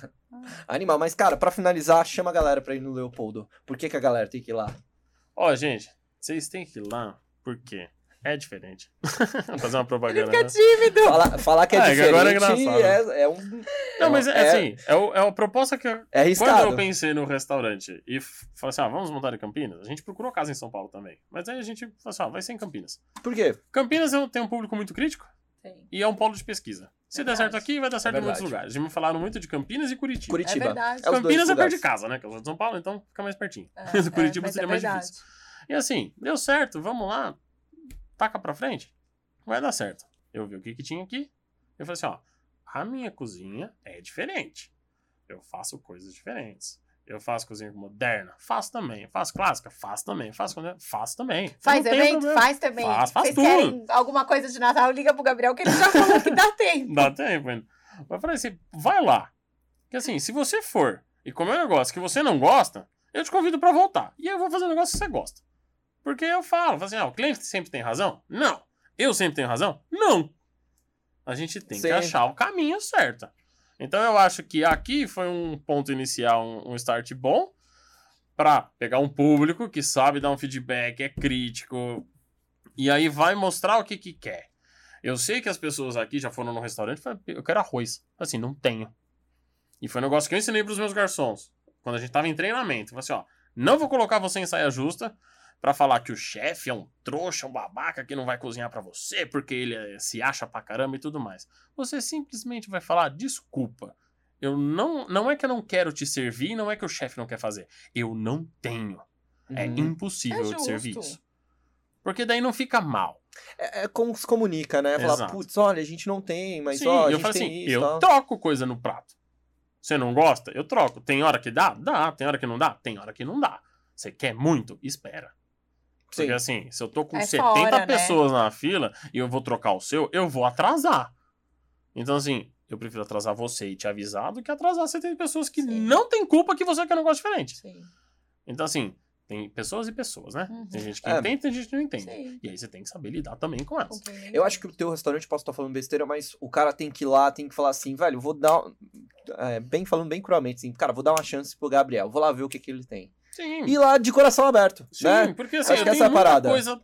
Animal, mas cara, pra finalizar, chama a galera pra ir no Leopoldo. Por que a galera tem que ir lá? Ó, gente, vocês têm que ir lá, por quê? É diferente. Vou fazer uma propaganda. Ele fica tímido. Falar que é diferente agora é engraçado. é um... Não, mas assim, é uma proposta que É arriscado. quando eu pensei no restaurante e falei assim, vamos montar em Campinas, a gente procurou casa em São Paulo também. Mas aí a gente falou assim, vai ser em Campinas. Por quê? Campinas tem um público muito crítico e é um polo de pesquisa. Se der certo aqui, vai dar certo em muitos lugares. Já me falaram muito de Campinas e Curitiba. É verdade. Campinas é perto de casa, né? Que eu sou de São Paulo, então fica mais pertinho. Curitiba seria mais difícil. E assim, deu certo, vamos lá. Taca pra frente, vai dar certo. Eu vi o que tinha aqui. Eu falei assim, a minha cozinha é diferente. Eu faço coisas diferentes. Eu faço cozinha moderna, faço também. Faço clássica, faço também. Faço também. Faz evento, faz também. Faz Vocês tudo. querem alguma coisa de Natal, liga pro Gabriel que ele já falou que dá tempo. Dá tempo ainda. Mas eu falei assim, vai lá. Porque assim, se você for e comer um negócio que você não gosta, eu te convido pra voltar. E eu vou fazer um negócio que você gosta. Porque eu falo assim, o cliente sempre tem razão? Não. Eu sempre tenho razão? Não. A gente tem que achar o caminho certo. Então eu acho que aqui foi um ponto inicial, um start bom, pra pegar um público que sabe dar um feedback, é crítico, e aí vai mostrar o que quer. Eu sei que as pessoas aqui já foram no restaurante e falaram, eu quero arroz. Assim, não tenho. E foi um negócio que eu ensinei pros meus garçons, quando a gente tava em treinamento. Eu falei assim, não vou colocar você em saia justa, pra falar que o chefe é um trouxa, um babaca que não vai cozinhar pra você porque ele se acha pra caramba e tudo mais. Você simplesmente vai falar, desculpa, não é que eu não quero te servir, não é que o chefe não quer fazer. Eu não tenho. É impossível eu te servir isso. Porque daí não fica mal. É como se comunica, né? Falar, putz, olha, a gente não tem, mas a gente falo tem assim, isso. Eu troco coisa no prato. Você não gosta? Eu troco. Tem hora que dá? Dá. Tem hora que não dá? Tem hora que não dá. Você quer muito? Espera. Porque assim, se eu tô com 70 pessoas na fila e eu vou trocar o seu, eu vou atrasar. Então assim, eu prefiro atrasar você e te avisar do que atrasar 70 pessoas que não tem culpa que você quer um negócio diferente. Sim. Então assim, tem pessoas e pessoas, né? Tem gente que entende, tem gente que não entende. Sim. E aí você tem que saber lidar também com elas. Eu acho que o teu restaurante, posso estar falando besteira, mas o cara tem que ir lá, tem que falar assim, velho, vou dar, falando bem cruamente, assim, cara, vou dar uma chance pro Gabriel, vou lá ver o que ele tem. Sim. E lá de coração aberto. Sim, né? porque assim, acho que essa tem é a parada. muita coisa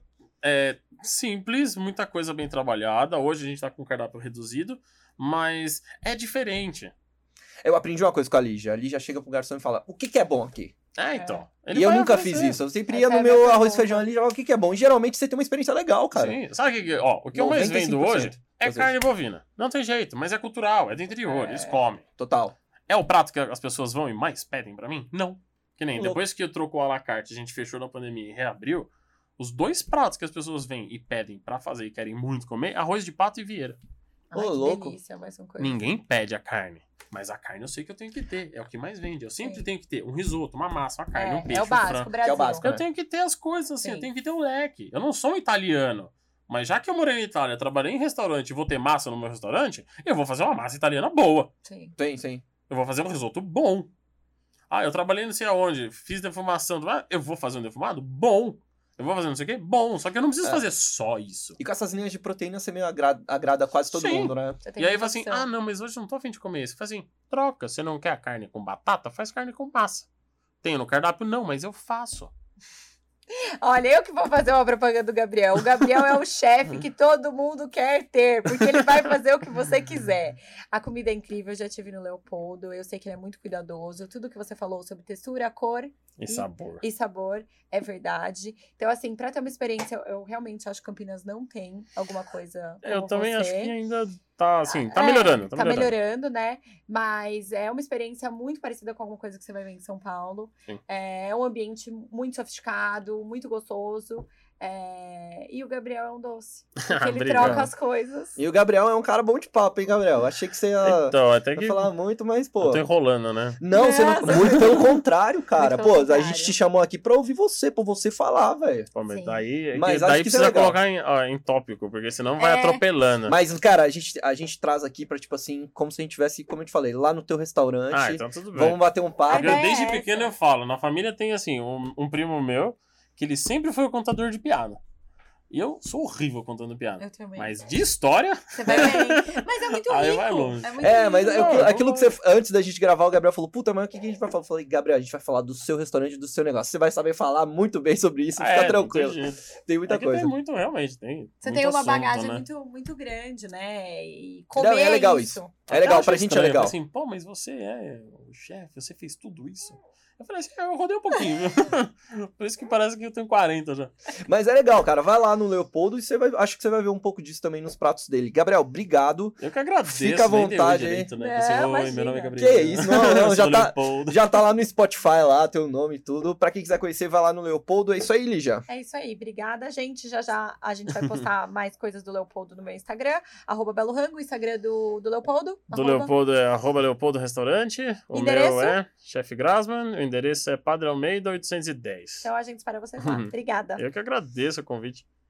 simples, muita coisa bem trabalhada. Hoje a gente tá com cardápio reduzido, mas é diferente. Eu aprendi uma coisa com a Lígia. A Lígia chega pro garçom e fala, o que é bom aqui? Então. E eu nunca fiz isso. Eu sempre ia no meu arroz e feijão ali e falava, o que é bom? E geralmente você tem uma experiência legal, cara. Sim. Sabe o que eu mais vendo hoje é carne bovina. Não tem jeito, mas é cultural, é do interior, eles comem. Total. É o prato que as pessoas vão e mais pedem pra mim? Não. Que nem depois que eu trocou a la carte, a gente fechou na pandemia e reabriu, os 2 pratos que as pessoas vêm e pedem pra fazer e querem muito comer, arroz de pato e vieira. Ai, que louco. delícia, mais uma coisa. Ninguém pede a carne, mas a carne eu sei que eu tenho que ter, é o que mais vende. Eu sempre tenho que ter um risoto, uma massa, uma carne, um peixe, é o básico, um frango. Brasil. Que é o básico, Eu tenho que ter as coisas assim, eu tenho que ter o leque. Eu não sou um italiano, mas já que eu morei na Itália, trabalhei em restaurante e vou ter massa no meu restaurante, eu vou fazer uma massa italiana boa. Sim. Sim. Eu vou fazer um risoto bom. Eu trabalhei não sei aonde, fiz defumação. Eu vou fazer um defumado? Bom. Eu vou fazer não sei o quê? Bom. Só que eu não preciso fazer só isso. E com essas linhas de proteína você meio agrada quase todo mundo, né? E aí fala assim, não, mas hoje eu não tô a fim de comer isso. Fala assim, troca. Você não quer a carne com batata? Faz carne com massa. Tenho no cardápio? Não, mas eu faço. Olha, eu que vou fazer uma propaganda do Gabriel. O Gabriel é o chefe que todo mundo quer ter, porque ele vai fazer o que você quiser. A comida é incrível, eu já tive no Leopoldo, eu sei que ele é muito cuidadoso. Tudo que você falou sobre textura, cor E sabor. E sabor, é verdade. Então, assim, pra ter uma experiência, eu realmente acho que Campinas não tem alguma coisa como Eu também você. acho que ainda tá, assim, tá melhorando. Tá melhorando, né? Mas é uma experiência muito parecida com alguma coisa que você vai ver em São Paulo. Sim. É um ambiente muito sofisticado, muito gostoso. E o Gabriel é um doce. Porque ele troca as coisas. E o Gabriel é um cara bom de papo, hein, Gabriel? Achei que você ia, então, até que falar muito, mas, pô... Eu tô enrolando, né? Não, você não... Muito pelo contrário, cara. Muito pelo Pô, contrário. a gente te chamou aqui pra ouvir você, pra você falar, velho. Pô, mas Sim. daí, Mas daí acho que precisa isso é legal. colocar em tópico, porque senão vai atropelando. Mas, cara, a gente traz aqui pra, tipo assim, como se a gente tivesse, como eu te falei, lá no teu restaurante. Ah, então tudo bem. Vamos bater um papo. Porque desde pequeno eu falo, na família tem, assim, um primo meu, que ele sempre foi o contador de piada. E eu sou horrível contando piada. Eu também. Mas de história... Você vai bem. Mas é muito Aí rico. vai longe. É muito Mas rico. aquilo que você... Antes da gente gravar, o Gabriel falou, puta, mas o que a gente vai falar? Eu falei, Gabriel, a gente vai falar do seu restaurante, do seu negócio. Você vai saber falar muito bem sobre isso, fica tranquilo. Tem muita coisa. Tem muito, realmente, tem. Você muito tem uma assunto, bagagem né? muito grande, né? E comer Não, é legal isso. É legal, pra gente é legal. Assim, pô, mas você é o chefe, você fez tudo isso? Eu falei assim, eu rodei um pouquinho, viu? Por isso que parece que eu tenho 40 já. Mas é legal, cara. Vai lá no Leopoldo e acho que você vai ver um pouco disso também nos pratos dele. Gabriel, obrigado. Eu que agradeço. Fica à vontade aí. Direito, né? Assim, oi, meu nome é Gabriel. Que isso, não, já tá lá no Spotify lá, teu nome e tudo. Pra quem quiser conhecer, vai lá no Leopoldo. É isso aí, Lígia. É isso aí, obrigada, gente. Já a gente vai postar mais coisas do Leopoldo no meu Instagram, @BeloRango, o Instagram do Leopoldo. Leopoldo é @Leopoldo Restaurante. O Endereço? meu é Chef Grasman. O endereço é Padre Almeida 810. Então a gente espera vocês lá. Obrigada. Eu que agradeço o convite.